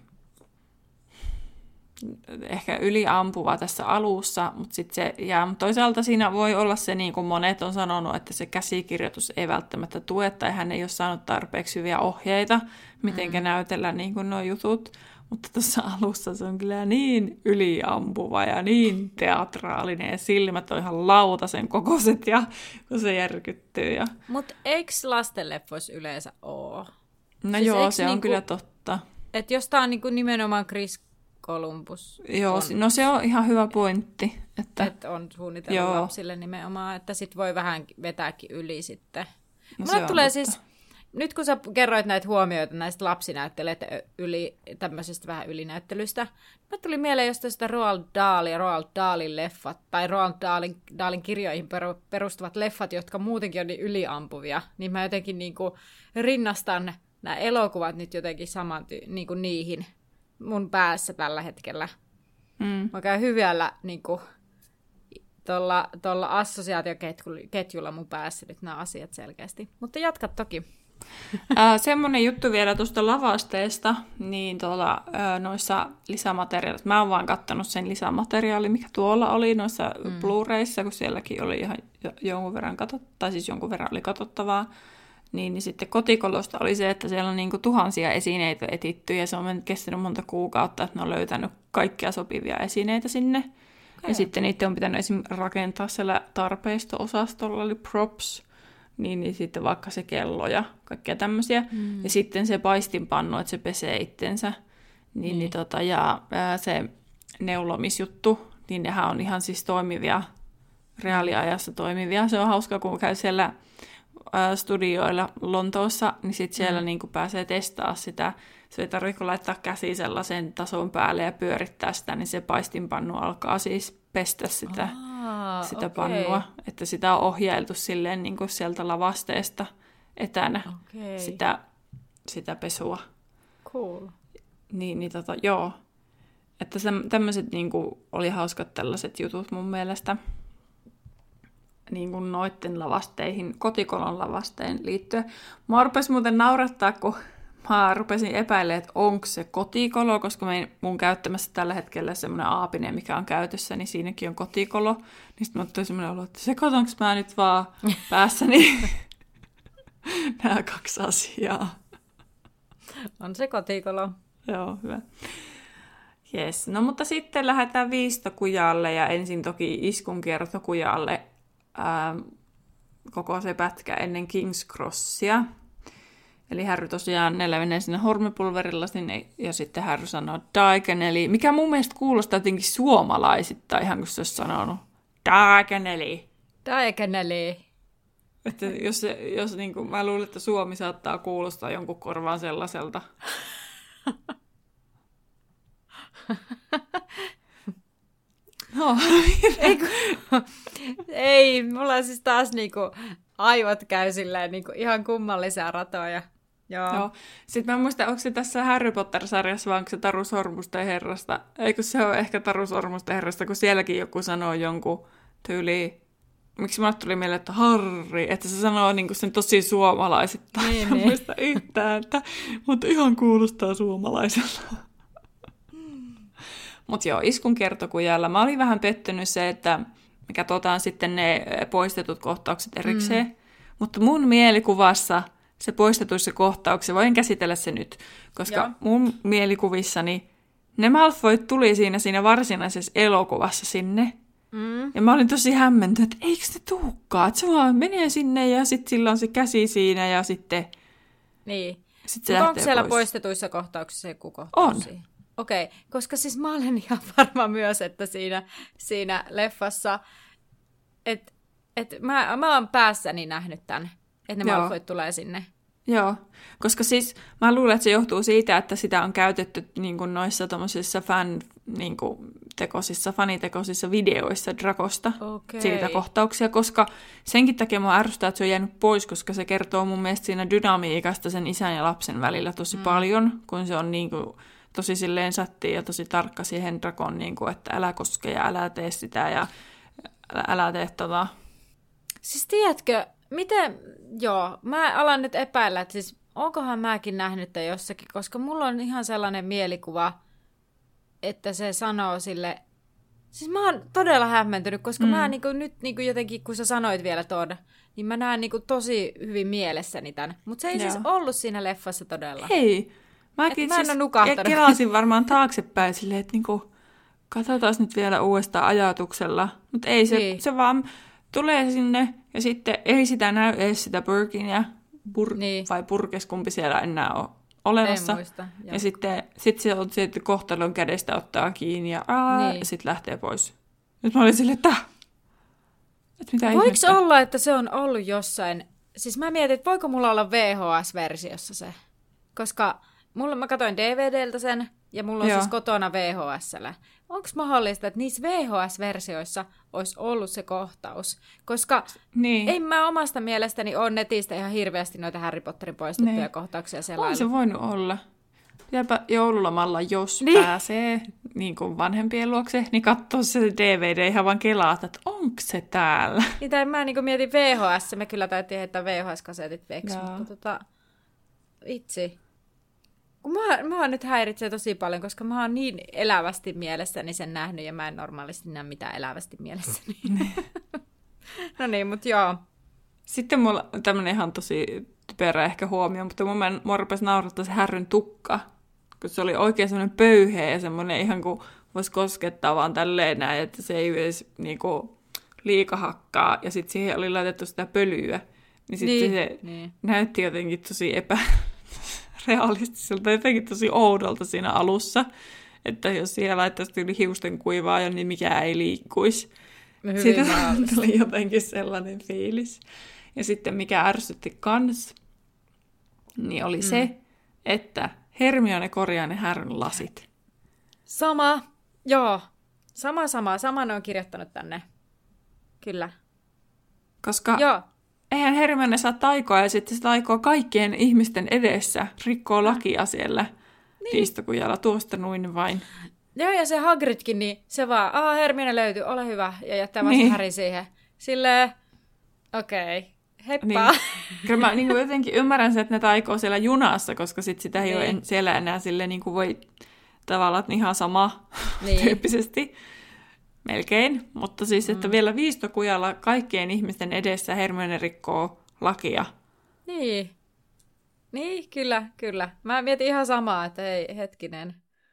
ehkä yliampuva tässä alussa, mutta sitten se jää. Mutta toisaalta siinä voi olla se, niin kuin monet on sanonut, että se käsikirjoitus ei välttämättä tue, tai hän ei ole saanut tarpeeksi hyviä ohjeita, miten mm. näytellä niin kuin nuo jutut. Mutta tuossa alussa se on kyllä niin yliampuva ja niin teatraalinen, ja silmät on ihan lautasen kokoiset, ja kun se järkyttyy. Ja... Mutta eikö lastenleffoissa yleensä ole? No siis joo, se on niinku, kyllä totta. Että jos tämä on niinku nimenomaan Chris Columbus. Joo, on, no se on ihan hyvä pointti. Että, että on suunnitellut joo. lapsille nimenomaan, että sit voi vähän vetääkin yli sitten. No Mulle tulee totta. Siis, nyt kun sä kerroit näitä huomioita näistä lapsinäyttelijöitä yli, tämmöisestä vähän ylinäyttelystä, mä tuli mieleen jostain sitä Roald Dahl ja Roald Dahlin leffat, tai Roald Dahlin, Dahlin kirjoihin perustuvat leffat, jotka muutenkin on niin yliampuvia, niin mä jotenkin niinku rinnastan nämä elokuvat nyt jotenkin saman ty- niinku niihin mun päässä tällä hetkellä. Mm. Mä käyn hyvällä niin tuolla, tuolla assosiaatioketjulla mun päässä nyt nämä asiat selkeästi. Mutta jatka toki. äh, semmoinen juttu vielä tuosta lavasteesta, niin tuolla äh, noissa lisämateriaalissa, mä oon vaan kattonut sen lisämateriaali, mikä tuolla oli noissa mm. Blu-rayissa, kun sielläkin oli ihan jonkun verran katot, tai siis jonkun verran oli katsottavaa. Niin, niin sitten kotikolosta oli se, että siellä on niin kuin tuhansia esineitä etitty, ja se on kestänyt monta kuukautta, että ne on löytänyt kaikkia sopivia esineitä sinne. Okay. Ja sitten niitä on pitänyt esimerkiksi rakentaa siellä tarpeisto-osastolla, eli props, niin, niin sitten vaikka se kello ja kaikkea tämmöisiä. Mm. Ja sitten se paistinpannu, että se pesee itsensä. Niin, mm. niin tota, ja ää, se neulomisjuttu, niin nehän on ihan siis toimivia, reaaliajassa toimivia. Se on hauska, kun käy siellä studioilla Lontoossa, niin sitten siellä mm. niinku pääsee testaamaan sitä. Se ei tarvitse laittaa käsi sellaisen tason päälle ja pyörittää sitä, niin se paistinpannu alkaa siis pestä sitä, Aa, sitä okay. pannua. Että sitä on ohjailtu silleen niinku sieltä lavasteesta etänä okay. sitä, sitä pesua. Cool. Niin, niin tota, joo. Että tämmöiset niinku oli hauskat tällaiset jutut mun mielestä. Niin kuin noitten lavasteihin, kotikolon lavasteen liittyen. Mä rupesin muuten naurattaa, kun mä rupesin epäilemään, että onko se kotikolo, koska me mun käyttämässä tällä hetkellä semmoinen aapinen, mikä on käytössä, niin siinäkin on kotikolo. Niin sitten mä otin semmoinen olo, että sekoitanko mä nyt vaan päässäni nämä kaksi asiaa. On se kotikolo. Joo, hyvä. Yes. No mutta sitten lähdetään viistokujalle ja ensin toki iskunkiertokujalle. Ähm, koko se pätkä ennen King's Crossia. Eli Harry tosiaan ne menee sinne hormipulverilla sinne, ja sitten Harry sanoo Diagon, eli mikä mun mielestä kuulostaa jotenkin suomalaisittain, ihan kun se olisi sanonut Diagoneli. Diagoneli. Että jos, se, jos niin kuin, mä luulen, että suomi saattaa kuulostaa jonkun korvaan sellaiselta. No. ei, kun, ei, mulla siis taas niinku aivot käy silleen niinku ihan kummallisia ratoja. Joo. Joo. Sitten mä en muista, onko se tässä Harry Potter-sarjassa vai onko se Taru Sormusten herrasta? Eikö se ole ehkä Taru Sormusten herrasta, kun sielläkin joku sanoo jonkun tyyliin miksi mulle tuli mieleen, että Harri, että se sanoo niin kuin sen tosi suomalaisittain Niin, niin, niin. niin. yhtään, että, mutta ihan kuulostaa suomalaiselta. Mutta joo, iskun kertokujalla. Mä olin vähän pettynyt se, että me katsotaan sitten ne poistetut kohtaukset erikseen, mm. mutta mun mielikuvassa se poistetuissa kohtauksia, voin käsitellä se nyt, koska joo. mun mielikuvissani ne Malfoyt tuli siinä, siinä varsinaisessa elokuvassa sinne. Mm. Ja mä olin tosi hämmentynyt, että eikö ne tuukkaa, että se vaan menee sinne ja sitten sillä on se käsi siinä ja sitten niin. sit se lähtee onko siellä pois. Poistetuissa kohtauksissa joku kohtaus? On. Siihen? Okei, okay. Koska siis mä olen ihan varma myös, että siinä, siinä leffassa, että et mä, mä oon päässäni nähnyt tämän, että ne Malfoyt tulee sinne. Joo, koska siis mä luulen, että se johtuu siitä, että sitä on käytetty niin kuin noissa tommosissa fan, niin kuin, tekosissa, fanitekoisissa videoissa Dracosta, okay. siitä kohtauksia, koska senkin takia mua ärsyttää, että se on jäänyt pois, koska se kertoo mun mielestä siinä dynamiikasta sen isän ja lapsen välillä tosi mm. paljon, kun se on niin kuin, tosi silleen sattiin ja tosi tarkka siihen Dracon, niin kuin, että älä koske ja älä tee sitä ja älä, älä tee tota. Siis tiedätkö, miten, joo, mä alan nyt epäillä, että siis onkohan mäkin nähnyt tämän jossakin, koska mulla on ihan sellainen mielikuva, että se sanoo sille, siis mä oon todella hämmentynyt, koska mm. mä niinku, nyt niinku jotenkin, kun sä sanoit vielä ton, niin mä näen niinku tosi hyvin mielessäni tämän, mutta se ei joo. siis ollut siinä leffassa todella. Ei, mäkin mä en siis nukahtanut. kelasin varmaan taaksepäin silleen, että niinku, katsotaan nyt vielä uudestaan ajatuksella, mutta ei se, niin. se vaan tulee sinne ja sitten ei sitä näy edes sitä Birkinia, Bur- niin. vai Burkes, kumpi siellä enää ole olemassa. En muista, ja sitten sit se on sitten kohtalon kädestä ottaa kiinni ja, aa, niin. ja sitten lähtee pois. Nyt mä olin silleen, että, että mitä voiko ihmettä? olla, että se on ollut jossain, siis mä mietin, että voiko mulla olla V H S-versiossa se, koska mulla, mä katsoin D V D:ltä sen ja mulla on Joo. siis kotona V H S:llä. Onko mahdollista, että niissä V H S-versioissa olisi ollut se kohtaus? Koska niin. ei mä omasta mielestäni ole netistä ihan hirveästi noita Harry Potterin poistettuja niin. kohtauksia sellailla. On se voinut olla. Jääpä joululomalla, jos niin. pääsee niin kuin vanhempien luokse, niin katsoo se D V D ihan vaan kelaa, että onko se täällä? Niin, tai mä niin mietin V H S, me kyllä täytyy heittää V H S-kasetit veksi, mutta tota, itse. Kun mä, mä nyt häiritsee tosi paljon, koska mä oon niin elävästi mielessäni sen nähnyt, ja mä en normaalisti näe mitään elävästi mielessäni. No niin, mutta joo. Sitten mulla on tämmönen ihan tosi typerä ehkä huomio, mutta mun mielestä mua rupesi naurattaa se Härryn tukka, kun se oli oikein semmoinen pöyheä ja semmoinen ihan kuin voisi koskettaa vaan tälleen näin, että se ei edes niinku liikahakkaa, ja sitten siihen oli laitettu sitä pölyä, niin sitten niin, se niin. näytti jotenkin tosi epä... realistiselta, jotenkin tosi oudolta siinä alussa, että jos siihen laittaisi yli hiusten kuivaa, niin mikään ei liikkuisi. Siitä tuli jotenkin sellainen fiilis. Ja sitten mikä ärsytti kans, niin oli mm. se, että Hermione korjaa ne Härryn lasit. Sama, joo. Sama, sama. Sama ne on kirjoittanut tänne. Kyllä. Koska... Joo. Eihän Hermione saa taikoa, ja sitten se taikoo kaikkien ihmisten edessä, rikkoo lakia siellä niin. kiistokujalla, tuosta noin vain. Joo, ja se Hagridkin, niin se vaan, aa, Hermione löytyy, ole hyvä, ja jättää vaan niin. se Harry siihen. Silleen, okei, okay. heippa. Niin. Kyllä mä niin kuin jotenkin ymmärrän sen, että ne taikoo siellä junassa, koska sit sitä ei niin. ole en, siellä enää silleen, niin kuin voi tavallaan ihan sama niin. tyyppisesti. Melkein, mutta siis, että mm. vielä viistokujalla kaikkien ihmisten edessä Hermione rikkoo lakia. Niin. Niin, kyllä, kyllä. Mä mietin ihan samaa, että hei, hetkinen.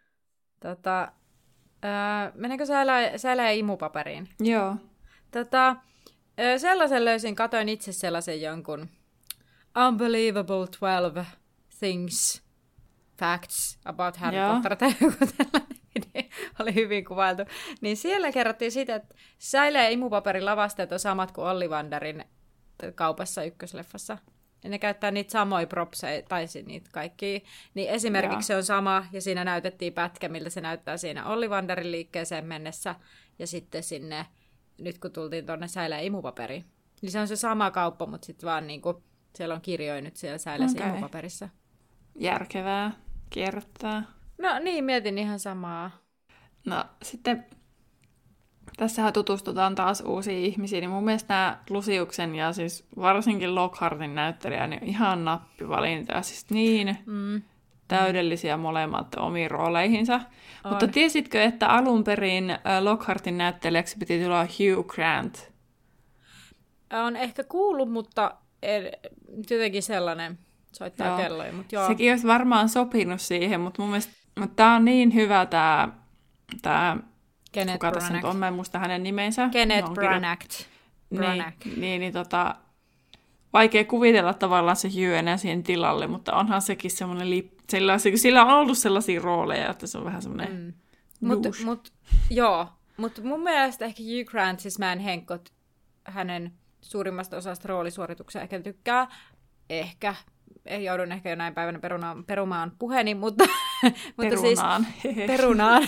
Tota, öö, meneekö säilää, säilää imupaperiin? Joo. Tota, öö, sellaisen löysin, katoin itse sellaisen jonkun Unbelievable twelve Things, Facts about Harry Joo. Potter tai joku tällainen. Oli hyvin kuvailtu. Niin siellä kerrottiin siitä, että säilee imupaperin lavasteet on samat kuin Ollivanderin kaupassa ykkösleffassa. Ja ne käyttää niitä samoja propseja, tai niitä kaikkia. Niin esimerkiksi Jaa. se on sama, ja siinä näytettiin pätkä, miltä se näyttää siinä Ollivanderin liikkeeseen mennessä. Ja sitten sinne, nyt kun tultiin tuonne säilee imupaperiin. Niin se on se sama kauppa, mutta sitten vaan niinku, siellä on kirjoja nyt siellä säileessä okay. imupaperissa. Järkevää. Kierrättää. No niin, mietin ihan samaa. No sitten Tässähän tutustutaan taas uusiin ihmisiin, niin mun mielestä nämä Luciuksen ja siis varsinkin Lockhartin näyttelijä, niin on ihan nappivalintoja, siis niin mm. täydellisiä molemmat omiin rooleihinsa. On. Mutta tiesitkö, että alun perin Lockhartin näyttelijäksi piti tulla Hugh Grant? On ehkä kuullut, mutta en, jotenkin sellainen soittaa joo. kelloja. Mutta joo. Sekin olisi varmaan sopinut siihen, mutta mun mielestä mutta tämä on niin hyvä tämä... tämä Kenneth kuka tässä nyt on, mä en muista hänen nimensä. Kenneth no, Branagh. Niin, niin, niin tota, vaikea kuvitella tavallaan se Hugh enää siihen tilalle, mutta onhan sekin semmoinen, li- sillä on ollut sellaisia rooleja, että se on vähän semmoinen mm. Mutta mut, joo, mutta mun mielestä ehkä Hugh Grant, siis mä en henkot hänen suurimmasta osasta roolisuorituksia ehkä tykkää. Ehkä, joudun ehkä jonain päivänä perunaan, perumaan puheeni, mutta, mutta siis perunaan.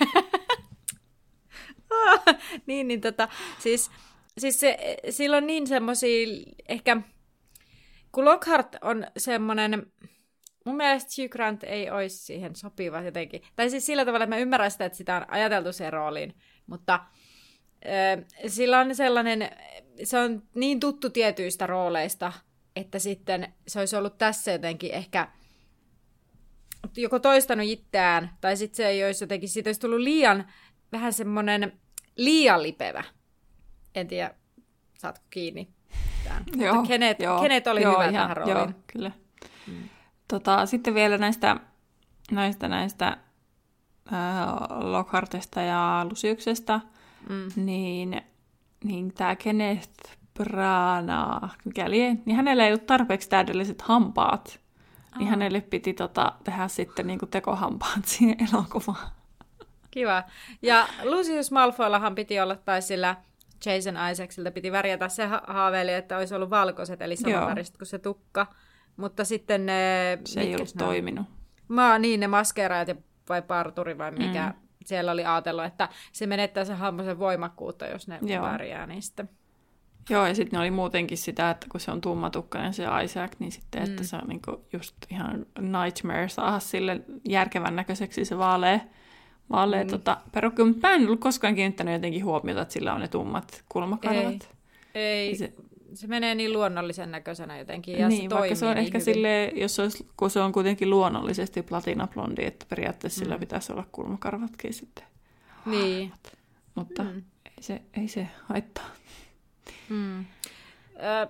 niin, niin tota, siis, siis se, sillä on niin semmosia, ehkä, kun Lockhart on semmoinen, mun mielestä Hugh Grant ei olisi siihen sopiva jotenkin, tai siis sillä tavalla, että mä ymmärrän sitä, että sitä on ajateltu sen rooliin, mutta äh, sillä on sellainen, se on niin tuttu tietyistä rooleista, että sitten se olisi ollut tässä jotenkin ehkä joko toistanut itseään, tai sitten se ei olisi jotenkin, siitä olisi tullut liian, vähän semmoinen liian lipevä. En tiedä, saatko kiinni tämän. Joo, mutta kenet, joo, kenet oli joo, hyvä ihan, tähän rooliin. Joo, kyllä. Mm. Tota, sitten vielä näistä, näistä, näistä äh, Lockhartista ja Luciuksesta, mm. niin, niin tämä Kenneth Branagh, mikäli ei, niin hänellä ei ollut tarpeeksi täydelliset hampaat. Aha. Niin hänelle piti tota, tehdä sitten niin kuin tekohampaat siihen elokuvaan. Kiva. Ja Lucius Malfoyllahan piti olla, tai sillä Jason Isaacsilta piti värjätä se ha- haaveili, että olisi ollut valkoiset, eli samanväriset kuin se tukka. Mutta sitten ne... Se ei ollut toiminut. Ma, niin, ne maskeeraajat ja vai parturi vai mikä mm. siellä oli ajatellut, että se menettää sen hahmosen voimakkuutta, jos ne Joo. värjää niistä. Joo, ja sitten ne oli muutenkin sitä, että kun se on tummatukkainen se Isaac, niin sitten, mm. että se on niinku just ihan nightmare saada sille järkevän näköiseksi se vaalea. Vaalea mm. tota, perukki, mutta mä en ollut koskaan kiinnittänyt jotenkin huomiota, että sillä on ne tummat kulmakarvat. Ei, ei. Se, se menee niin luonnollisen näköisenä jotenkin, ja niin, se toimii se on niin ehkä hyvin. silleen, jos se olisi, kun se on kuitenkin luonnollisesti platinablondi, että periaatteessa mm. sillä pitäisi olla kulmakarvatkin sitten. Niin. Mutta mm. ei, se, ei se haittaa. Mm. Ö,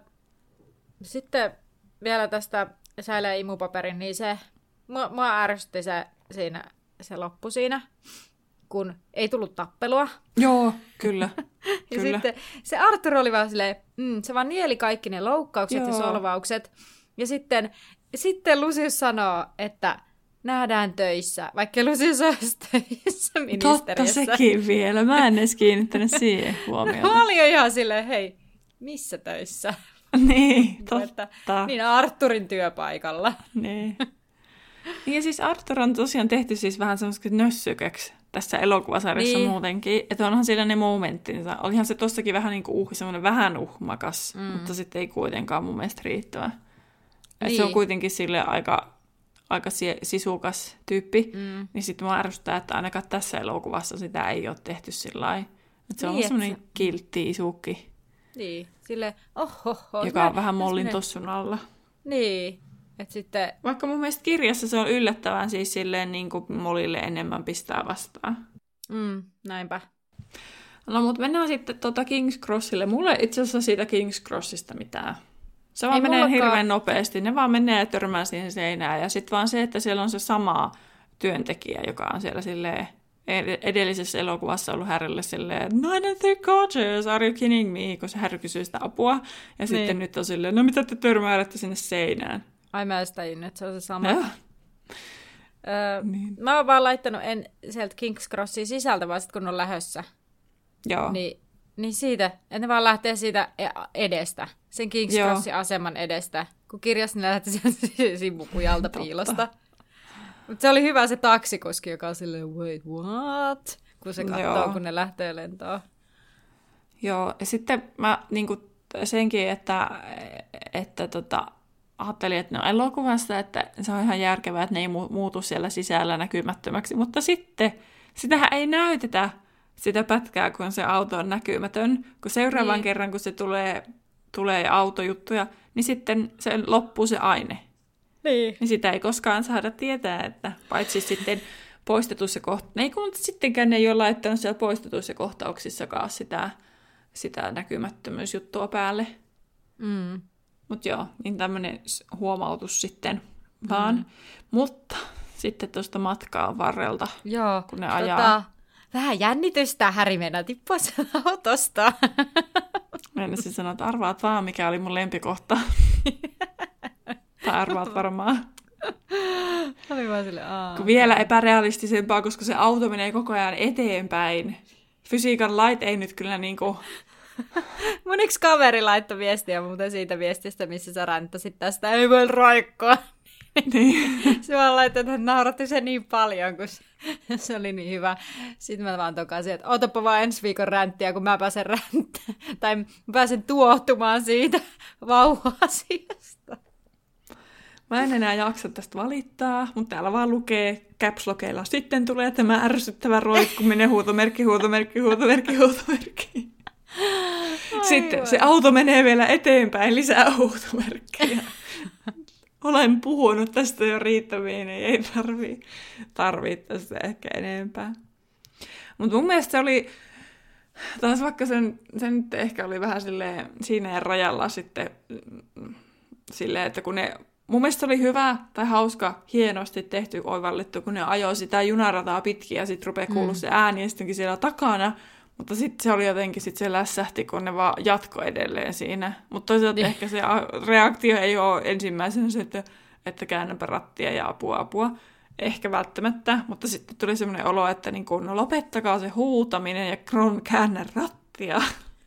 sitten vielä tästä säilöä imupaperin, niin se, mua, mua ärsytti se siinä, se loppu siinä, kun ei tullut tappelua. Joo, kyllä. ja kyllä. sitten se Arthur oli vaan silleen, mm, se vaan nieli kaikki ne loukkaukset Joo. ja solvaukset. Ja sitten, sitten Lucius sanoo, että nähdään töissä, vaikka Lucius olisi töissä ministeriössä. Totta sekin vielä, mä en edes kiinnittänyt siihen huomiota. Mä olin jo ihan silleen, hei, missä töissä? niin, totta. Että, niin Arthurin työpaikalla. niin. Ja siis Arthur on tosiaan tehty siis vähän semmoiseksi nössykäksi tässä elokuvasarjassa niin. muutenkin. Että onhan siellä ne momenttinsa. Olihan se tossakin vähän niin kuin uh, semmoinen vähän uhmakas, mm. mutta sitten ei kuitenkaan mun mielestä riittävä. Niin. Se on kuitenkin sille aika, aika sisukas tyyppi. Mm. Niin sitten mua ärsyttää, että ainakaan tässä elokuvassa sitä ei ole tehty sillä lailla. Että se niin, on semmoinen se... kiltti isukki. Niin, silleen ohoho. Joka on vähän mollin tossun alla. Niin. Et sitten... Vaikka mun mielestä kirjassa se on yllättävän siis silleen niin kuin Molille enemmän pistää vastaan. Mm, näinpä. No mutta mennään sitten tuota King's Crossille. Mulle ei itse asiassa siitä King's Crossista mitään. Se vaan ei menee mullakaan... hirveän nopeasti. Ne vaan menee ja törmää siihen seinään. Ja sitten vaan se, että siellä on se sama työntekijä, joka on siellä silleen edellisessä elokuvassa ollut Harrylle silleen, nine and three quarters, are you kidding me? Kun se Harry kysyy sitä apua. Ja niin. sitten nyt on silleen, no mitä te törmäärätte sinne seinään? Ai mä en sitä innyt, että se on se sama. Ja. Öö, niin. Mä oon vaan laittanut en sieltä King's Crossin sisältä, vaan sit kun on lähössä. Joo. Niin, niin siitä, että ne vaan lähtee siitä edestä, sen King's Joo. Crossin aseman edestä. Kun kirjassa ne lähti sieltä sivupujalta piilosta. Mutta se oli hyvä se taksikoski, joka on silleen, wait, what? Kun se katsoo, Joo. kun ne lähtee lentoon. Joo, ja sitten mä niinku senkin, että, että tota, ajattelin, että no elokuvasta, että se on ihan järkevää, että ne ei muutu siellä sisällä näkymättömäksi. Mutta sitten, sitähän ei näytetä sitä pätkää, kun se auto on näkymätön. Kun seuraavan niin. kerran, kun se tulee, tulee autojuttuja, niin sitten se loppuu se aine. Niin. Niin sitä ei koskaan saada tietää, että paitsi sitten poistetuissa kohtauksissa. Ei kun sittenkään ne ei ole laittanut siellä poistetuissa kohtauksissakaan sitä, sitä näkymättömyysjuttua päälle. Mm. Mutta joo, niin tämmöinen huomautus sitten vaan. Mm. Mutta sitten tuosta matkaa varrelta, joo, kun ne tota, ajaa. Vähän jännitystä, Häri meinaa tippua sen autosta. Meinasin sanoa, että arvaat vaan, mikä oli mun lempikohta. Tai arvaat varmaan. Oli vaan sille, aah. Kun vielä epärealistisempaa, koska se auto menee koko ajan eteenpäin. Fysiikan lait ei nyt kyllä niinku... Mun yksi kaveri laittoi viestiä muuten siitä viestistä, missä sä ränttäsit tästä, ei voi roikkoa. Niin. Se vaan laittoi, että nauratti se niin paljon, kun se oli niin hyvä. Sitten mä vaan tokasin, että otapa vaan ensi viikon ränttiä, kun mä pääsen ränttään. Tai mä pääsen tuohtumaan siitä vauva-asiasta. Mä en enää jaksa tästä valittaa, mutta täällä vaan lukee caps-lokeilla. Sitten tulee tämä ärsyttävä roikkuminen, huutomerkki, huutomerkki, huutomerkki, huutomerkki. Sitten Aivan. se auto menee vielä eteenpäin, lisää huutomerkkiä. Olen puhunut tästä jo riittämiin, niin ei tarvii, tarvii tästä ehkä enempää. Mutta mun mielestä se oli, taas vaikka sen, se nyt ehkä oli vähän silleen, siinä rajalla sitten silleen, että kun ne, mun mielestä se oli hyvä tai hauska, hienosti tehty, oivallettu, kun ne ajoi sitä junarataa pitkin ja sitten rupeaa kuulua mm. se ääni ja sittenkin siellä takana. Mutta sitten se oli jotenkin, sit se lässähti, kun ne vaan jatko edelleen siinä. Mutta toisaalta niin. ehkä se reaktio ei ole ensimmäisenä se, että, että käännäpä rattia ja apua, apua. Ehkä välttämättä, mutta sitten tuli semmoinen olo, että niin kun, no lopettakaa se huutaminen ja Kron käännä rattia.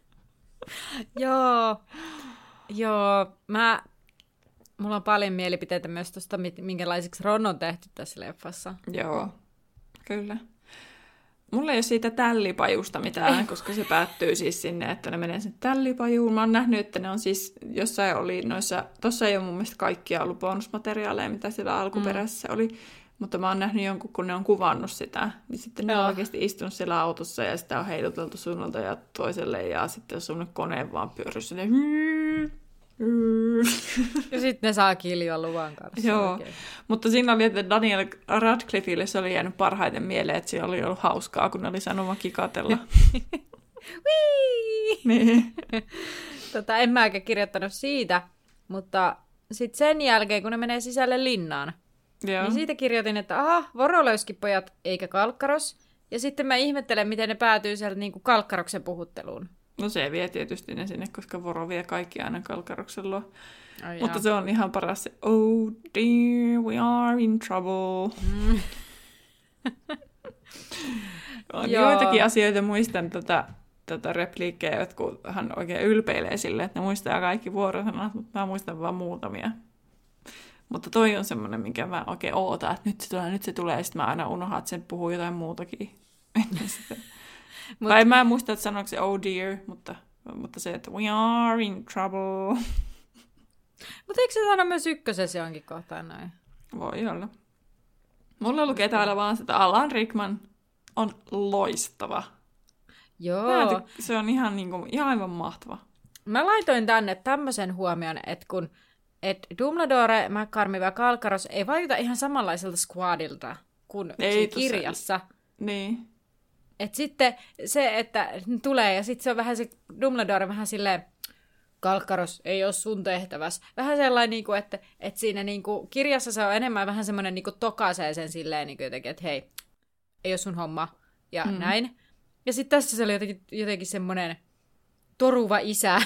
Joo, joo. Mä, mulla on paljon mielipiteitä myös tuosta, minkälaiseksi Ron on tehty tässä leffassa. Joo, kyllä. Mulla ei ole siitä tällipajusta mitään, koska se päättyy siis sinne, että ne menee sinne tällipajuun. Mä oon nähnyt, että ne on siis, jossain oli noissa, tossa ei ole mun mielestä kaikkia ollut bonusmateriaaleja, mitä siellä alkuperäisessä mm. oli, mutta mä oon nähnyt jonkun, kun ne on kuvannut sitä, niin sitten ne Joo. on oikeasti istunut siellä autossa ja sitä on heiluteltu suunnalta ja toiselle ja sitten on semmoinen kone vaan pyöryssä. Ja sitten ne saa kiljua luvan kanssa. Joo, oikein. Mutta siinä oli, että Daniel Radcliffelle se oli jäänyt parhaiten mieleen, että se oli ollut hauskaa, kun ne oli saanut vaan kikatella. niin. Tota, en mäkään kirjoittanut siitä, mutta sitten sen jälkeen, kun ne menee sisälle linnaan, Joo. niin siitä kirjoitin, että aha, vorolöyskipojat eikä kalkkaros. Ja sitten mä ihmettelen, miten ne päätyy sieltä niinku kalkkaroksen puhutteluun. No se vie tietysti ne sinne, koska voro vie kaikki aina kalkkaroksen luo. Oh, mutta se on ihan paras se, oh dear, we are in trouble. Mm. on joitakin asioita, muistan tätä, tätä repliikkejä, kun hän oikein ylpeilee sille, että ne muistaa kaikki vuorosanat, mutta mä muistan vaan muutamia. Mutta toi on semmoinen, minkä mä oikein ootan, että nyt se tulee, nyt se tulee, ja sitten mä aina unohan, että sen puhuu jotain muutakin. Mut, tai mä en muista, että sanoiko se oh dear, mutta, mutta se, että we are in trouble. Mutta eikö se sano myös ykkösessä jonkin kohtaan noin? Voi olla. Mulla lukee täällä vaan, että Alan Rickman on loistava. Joo. Ty- se on ihan, niin kuin, ihan aivan mahtava. Mä laitoin tänne tämmöisen huomion, että kun et Dumbledore, McCormick ja Kalkkaros ei vaikuta ihan samanlaiselta squadilta kuin ei kirjassa. Niin. Et sitten se, että tulee ja sitten se on vähän se Dumbledore vähän silleen, Kalkkaros ei ole sun tehtäväs. Vähän sellainen, niin kuin, että, että siinä niin kuin, kirjassa se on enemmän vähän semmoinen niin kuin tokaisee sen silleen niin kuin jotenkin, että hei, ei ole sun homma ja mm. näin. Ja sitten tässä se oli jotenkin, jotenkin semmoinen toruva isä,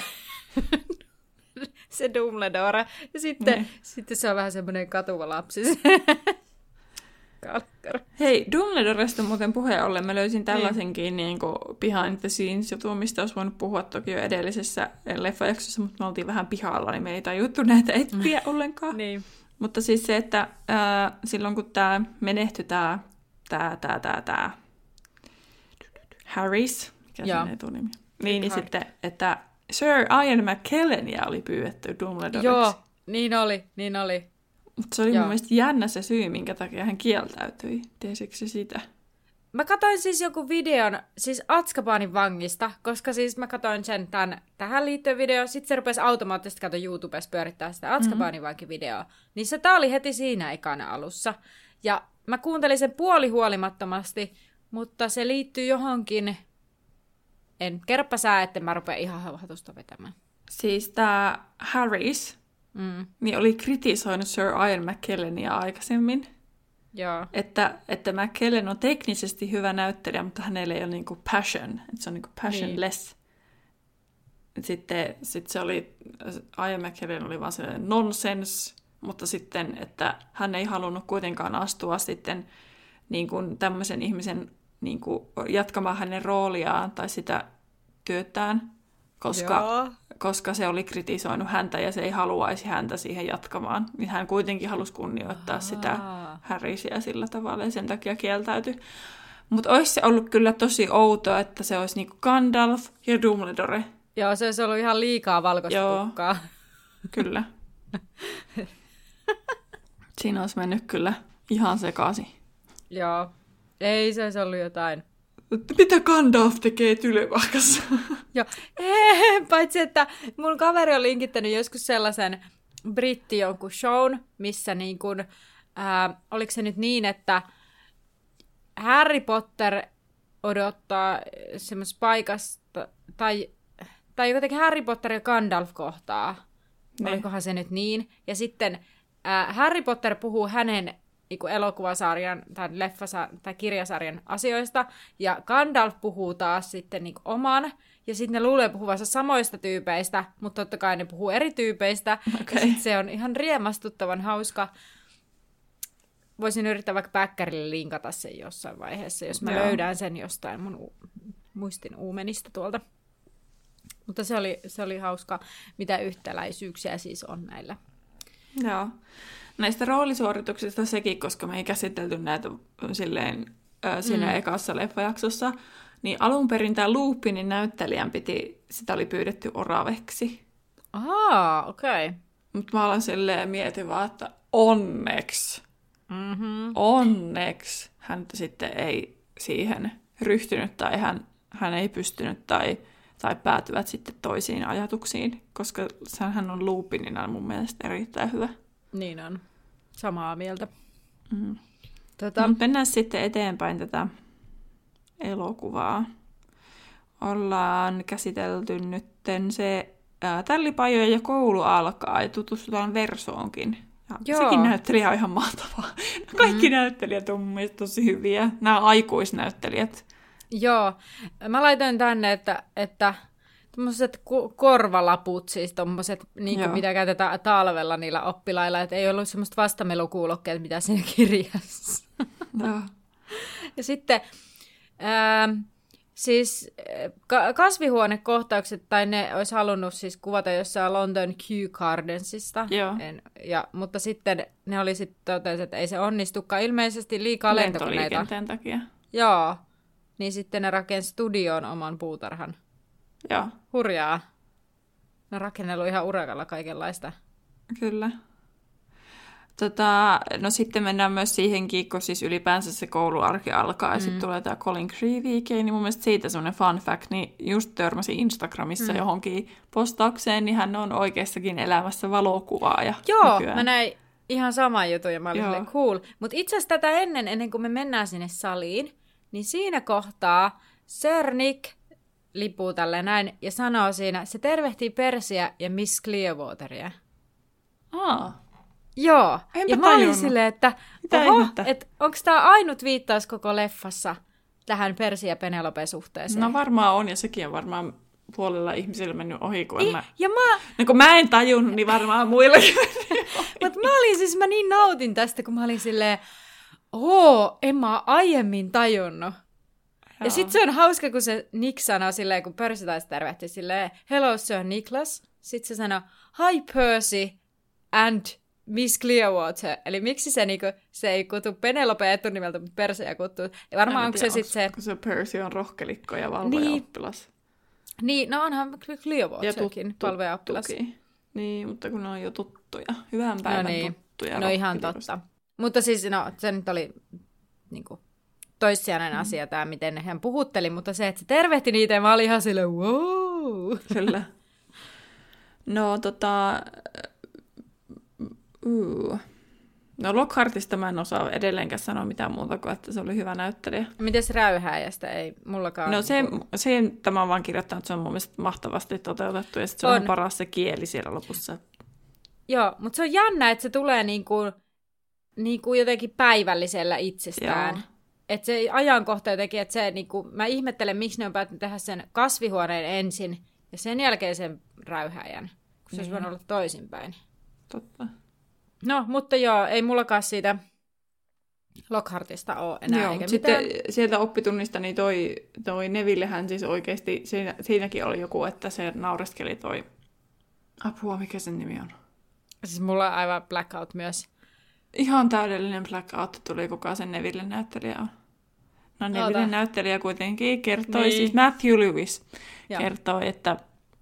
se Dumbledore. Ja sitten, mm. sitten se on vähän semmoinen katuva lapsi. Kalkkaro. Hei, Dumbledoresta muuten puheen ollen mä löysin tällaisenkin niin kuin behind the scenes jutun, mistä olisi voinut puhua toki jo edellisessä leffajaksossa, mutta me oltiin vähän pihalla, niin me ei tajuttu näitä etsiä ollenkaan. niin. Mutta siis se, että äh, silloin kun tämä menehtyi, tämä tää, tää, tää, tää, Harris, mikä sen etunimi, niin, niin sitten, että Sir Ian McKellenia oli pyydetty Dumbledoreksi. Joo, niin oli, niin oli. Mutta se oli Joo. mun mielestä jännä se syy, minkä takia hän kieltäytyi. Tiesitkö se sitä? mä katsoin siis joku videon, siis Azkabanin vangista, koska siis mä katsoin sen tämän, tähän liittyen video, sit se rupesi automaattisesti katsoa YouTubessa pyörittää sitä Azkabanin mm-hmm. vankivideoa. Niin se tää oli heti siinä ekana alussa. Ja mä kuuntelin sen puolihuolimattomasti, mutta se liittyy johonkin, en kerropa sää, että mä rupean ihan hatusta vetämään. Siis tää Harris, mm. niin oli kritisoinut Sir Ian McKellenia aikaisemmin. Joo. Että, että McKellen on teknisesti hyvä näyttelijä, mutta hänellä ei ole niinku passion. Että se on niinku passionless. Niin. Sitten sit se oli, Ian McKellen oli vaan sellainen nonsense, mutta sitten, että hän ei halunnut kuitenkaan astua sitten niin kuin tämmöisen ihmisen niin kuin jatkamaan hänen rooliaan tai sitä työtään, koska, koska se oli kritisoinut häntä ja se ei haluaisi häntä siihen jatkamaan. Niin hän kuitenkin halusi kunnioittaa Aha. sitä Harrisia sillä tavalla ja sen takia kieltäytyi. Mutta olisi se ollut kyllä tosi outoa, että se olisi niin kuin Gandalf ja Dumbledore. Joo, se olisi ollut ihan liikaa valkoista Joo, tukkaa. Kyllä. Siinä olisi mennyt kyllä ihan sekaisin. Joo. Ei se olisi ollut jotain. Mitä Gandalf tekee Tylypahkassa? Joo. Eee, paitsi, että mun kaveri on linkittänyt joskus sellaisen britti jonkun shown, missä niin kuin, ää, oliko se nyt niin, että Harry Potter odottaa semmoisessa paikasta, tai, tai jotenkin Harry Potter ja Gandalf kohtaa. Ne. Olikohan se nyt niin? Ja sitten ää, Harry Potter puhuu hänen niin elokuvasarjan tai, leffasa- tai kirjasarjan asioista, ja Gandalf puhuu taas sitten niin oman, ja sitten ne luulee puhuvansa samoista tyypeistä, mutta totta kai ne puhuu eri tyypeistä, okay. Ja sitten se on ihan riemastuttavan hauska. Voisin yrittää vaikka Päkkärille linkata sen jossain vaiheessa, jos mä Joo. löydän sen jostain mun u- muistin uumenista tuolta. Mutta se oli, se oli hauska, mitä yhtäläisyyksiä siis on näillä. Joo. Näistä roolisuorituksista sekin, koska me ei käsitelty näitä silleen äh, siinä mm. ekassa leffajaksossa, niin alun perin tämä Lupinin näyttelijän piti, sitä oli pyydetty oraveksi. Ahaa, okei. Okay. Mutta mä olen silleen mietin vaan, että onneksi, mm-hmm. onneksi hän sitten ei siihen ryhtynyt tai hän, hän ei pystynyt tai, tai päätyvät sitten toisiin ajatuksiin, koska hän on Lupinina mun mielestä erittäin hyvä. Niin on. Samaa mieltä. Mm. Tota... No, mennään sitten eteenpäin tätä elokuvaa. Ollaan käsitelty nyt se ää, Tällipajoja ja koulu alkaa ja tutustutaan Versoonkin. Ja sekin näyttelijä on ihan mahtavaa. Kaikki mm. näyttelijät on mun mielestä tosi hyviä. Nämä aikuisnäyttelijät. Joo. Mä laitoin tänne, että... että... Tuommoiset korvalaput, siis tommoset, niin mitä käytetään talvella niillä oppilailla, että ei ollut semmoista vastamelukuulokkeet, mitä siinä kirjassa. No. Ja sitten ää, siis ka- kasvihuonekohtaukset, tai ne olisi halunnut siis kuvata jossain London Kew Gardensista, en, ja, mutta sitten ne oli sitten totesi, että ei se onnistukaan ilmeisesti liikaa lentokoneita. Lentoliikenteen takia. Joo, niin sitten ne rakensi studioon oman puutarhan. Joo. Hurjaa. Ne on rakennellut ihan urakalla kaikenlaista. Kyllä. Tota, no sitten mennään myös siihenkin, kun siis ylipäänsä se kouluarki alkaa ja mm. sitten tulee tämä Colin Creevy, niin mun mielestä siitä semmoinen fun fact, niin just törmäsin Instagramissa mm. johonkin postaukseen, niin hän on oikeassakin elämässä valokuvaaja. Joo, nykyään. Mä näin ihan saman jutun ja mä olin silleen cool. Mutta itse asiassa tätä ennen, ennen kuin me mennään sinne saliin, niin siinä kohtaa Sir Nick lipuu tälle näin ja sanoo siinä, se tervehtii Persiä ja Miss Clearwateria. Aa. Joo. Enpä ja mä olin silleen, että oho, et onko tämä ainut viittaus koko leffassa tähän Persi ja Penelope suhteeseen? No varmaan on, ja sekin on varmaan puolella ihmisillä mennyt ohi, kun, I, mä... Ja mä... No, kun mä en tajunnut, niin varmaan muillakin mennyt ohi. Mutta mä olin siis, mä niin nautin tästä, kun mä olin silleen, oo, en mä aiemmin tajunnut. Ja sit se on hauska, kun se Nick sanoo silleen, kun Percy taisi tervehtiä silleen, hello Sir Nicholas. Sitten se sanoo, hi Percy and Miss Clearwater. Eli miksi se, niinku, se ei kutu Penelope etunimeltä, mutta Perseä kutsuu. Ja varmaan onko se sitten se... Kun se Percy on rohkelikko ja valvoja-oppilas. Niin. niin, no onhan Clearwaterkin valvoja-oppilas. Niin, mutta kun ne on jo tuttuja. Hyvän päivän no niin. tuttuja. No ihan totta. Mutta siis, no, se nyt oli niinku... toissijainen mm. asia tämä, miten hän puhutteli, mutta se, että se tervehti niitä, ja mä olin ihan silleen, wow! Kyllä. No tota... Uh. No Lockhartista mä en osaa edelleenkään sanoa mitään muuta kuin, että se oli hyvä näyttelijä. Mites Räyhääjästä? Ei mullakaan... No se, se tämä on vaan kirjoittanut, että se on mun mielestä mahtavasti toteutettu, ja se on, on paras se kieli siellä lopussa. Joo, mutta se on jännä, että se tulee niinku, niinku jotenkin päivällisellä itsestään. Että se ajankohta jotenkin, että se, niinku, mä ihmettelen, miksi ne on päättänyt tehdä sen kasvihuoneen ensin, ja sen jälkeen sen Räyhääjän, kun se mm. olisi voinut olla toisinpäin. Totta. No, mutta joo, ei mullakaan siitä Lockhartista ole enää. Joo, eikä sitten mitään. sieltä oppitunnista niin toi, toi Nevillehän siis oikeasti, siinä, siinäkin oli joku, että se naureskeli toi, apua, mikä sen nimi on? Siis mulla on aivan blackout myös. Ihan täydellinen blackout tuli, kuka sen Nevillen näyttelijä on. No Nevillen näyttelijä kuitenkin kertoi, niin. siis Matthew Lewis Joo. kertoi, että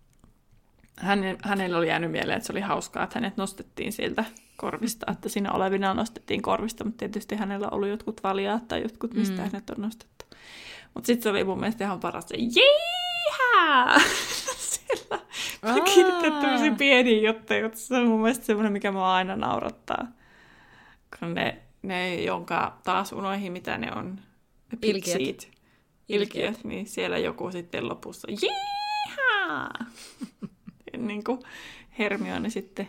hänen, hänellä oli jäänyt mieleen, että se oli hauskaa, että hänet nostettiin sieltä korvista, että siinä olevina nostettiin korvista, mutta tietysti hänellä oli jotkut valjaat tai jotkut, mistä mm. hänet on nostettu. Mutta sitten se oli mun mielestä ihan paras se jeehää! Siellä mä kiinnittänyt tämmöisiä pieniä juttuja, mutta se on mun mielestä semmoinen, mikä mua aina naurattaa. Kun ne, ne jonka taas unoihin, mitä ne on, ne Ilkiöt. Ilkiöt. Ilkiöt, niin siellä joku sitten lopussa jeehää! Niin kuin Hermione sitten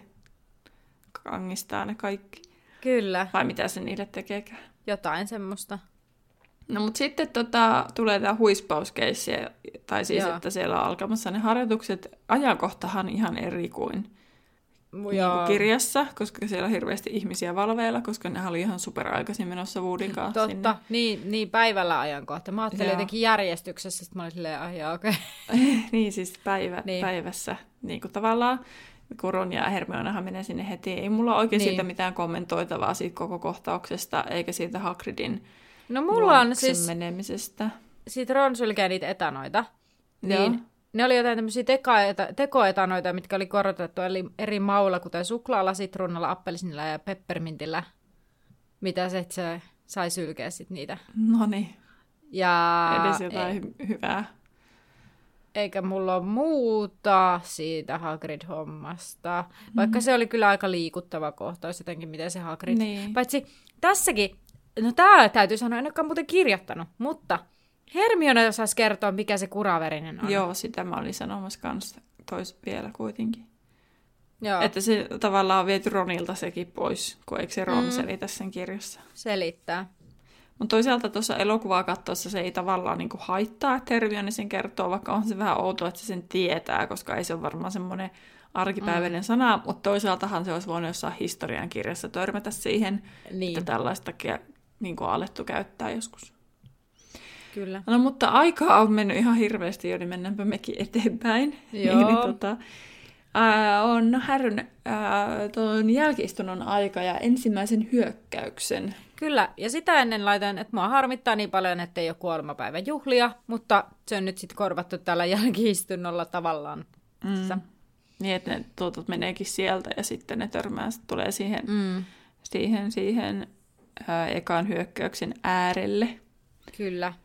kangistaa ne kaikki. Kyllä. Vai mitä se niille tekeekään? Jotain semmoista. No mutta sitten tota, tulee tämä huispauskeissi, tai siis, Joo. että siellä on alkamassa ne harjoitukset. Ajankohtahan ihan eri kuin niin kuin kirjassa, koska siellä on hirveästi ihmisiä valveilla, koska ne oli ihan superaikaisin menossa Woodin kanssa Totta, sinne. niin, niin päivällä ajankohta. Mä ajattelin Joo. jotenkin järjestyksessä, että mä olin silleen, ai jaa, okei. Okay. Niin siis päivä, niin. päivässä niin kuin tavallaan. Kun Ron ja Hermionehan menee sinne heti. Ei mulla oikein niin. siitä mitään kommentoitavaa siitä koko kohtauksesta, eikä siitä Hagridin no mulla on siis menemisestä. Siitä Ron sylkää niitä etanoita. Joo. Niin ne oli jotain tämmöisiä teka- tekoetanoita, mitkä oli korotettu eli eri maulla, kuten suklaalla, sitruunalla, appelsinilla ja peppermintillä. Mitä se, että se sai sylkeä sit niitä. Noniin. Ja edes jotain hy- hyvää. Eikä mulla ole muuta siitä Hagrid-hommasta. Vaikka mm. se oli kyllä aika liikuttava kohtaus jotenkin, miten se Hagrid... Niin. Paitsi tässäkin, no tää täytyy sanoa, en olekaan muuten kirjoittanut, mutta Hermione osaisi kertoa, mikä se kuraverinen on. Joo, sitä mä olin sanomassa kanssa tois vielä kuitenkin. Joo. Että se tavallaan on viety Ronilta sekin pois, kun eikö se Ron mm. selitä sen kirjassa. Selittää. Mutta toisaalta tuossa elokuvaa katsoessa se ei tavallaan niinku haittaa, että Hermione sen kertoo, vaikka on se vähän outoa, että se sen tietää, koska ei se ole varmaan semmoinen arkipäiväinen mm. sana, mutta toisaaltahan se olisi voinut jossain historian kirjassa törmätä siihen, niin. että tällaistakin niinku alettu käyttää joskus. Kyllä. No mutta aikaa on mennyt ihan hirveästi jo, niin mennäänpä mekin eteenpäin. Joo. Eli tota, ää, on Härryn tuon jälki-istunnon aika ja ensimmäisen hyökkäyksen. Kyllä, ja sitä ennen laitan, että mua harmittaa niin paljon, että ei ole kuolemapäivän juhlia, mutta se on nyt sitten korvattu tällä jälki-istunnolla tavallaan. Mm. Niin, että ne tuotot meneekin sieltä ja sitten ne törmää, tulee siihen, mm. siihen, siihen ää, ekan hyökkäyksen äärelle. Kyllä.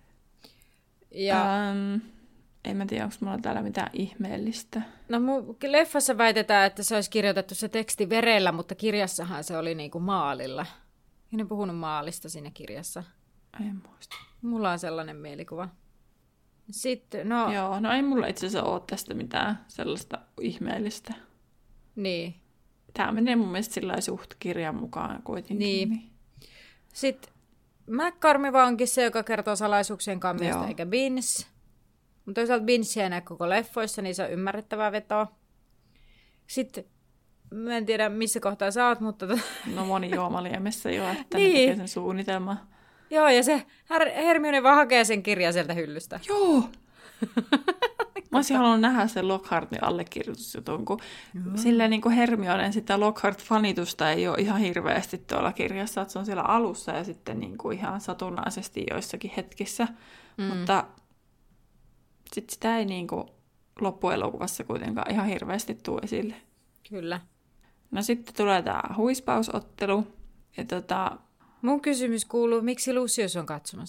Ja... Ähm, en mä tiedä, onko mulla täällä mitään ihmeellistä. No mun leffassa väitetään, että se olisi kirjoitettu se teksti verellä, mutta kirjassahan se oli niinku maalilla. En ole puhunut maalista siinä kirjassa. En muista. Mulla on sellainen mielikuva. Sitten, no... Joo, no ei mulla itse asiassa ole tästä mitään sellaista ihmeellistä. Niin. Tämä menee mun mielestä sillä suht kirjan mukaan kuitenkin. Niin. niin. Sitten McCormiva onkin se, joka kertoo salaisuuksien kammiosta, eikä Binns. Mutta toisaalta Binssiä ei näe koko leffoissa, niin se on ymmärrettävää vetoa. Sitten, mä en tiedä missä kohtaa sä oot, mutta... No moni juomaliemessä jo, että niin. ne tekee sen suunnitelman. Joo, ja se Her- Hermione vaan hakee sen kirjan sieltä hyllystä. Joo! Mä olisin halunnut nähdä sen Lockhartin allekirjoitusjutun, kun mm. silleen niin kuin Hermionen sitä Lockhart-fanitusta ei ole ihan hirveästi tuolla kirjassa, että se on siellä alussa ja sitten niin kuin ihan satunnaisesti joissakin hetkissä, mm. mutta sitten sitä ei niin kuin loppuelokuvassa kuitenkaan ihan hirveästi tule esille. Kyllä. No sitten tulee tämä huispausottelu ja tota... Mun kysymys kuuluu, miksi Lucius on katsomassa?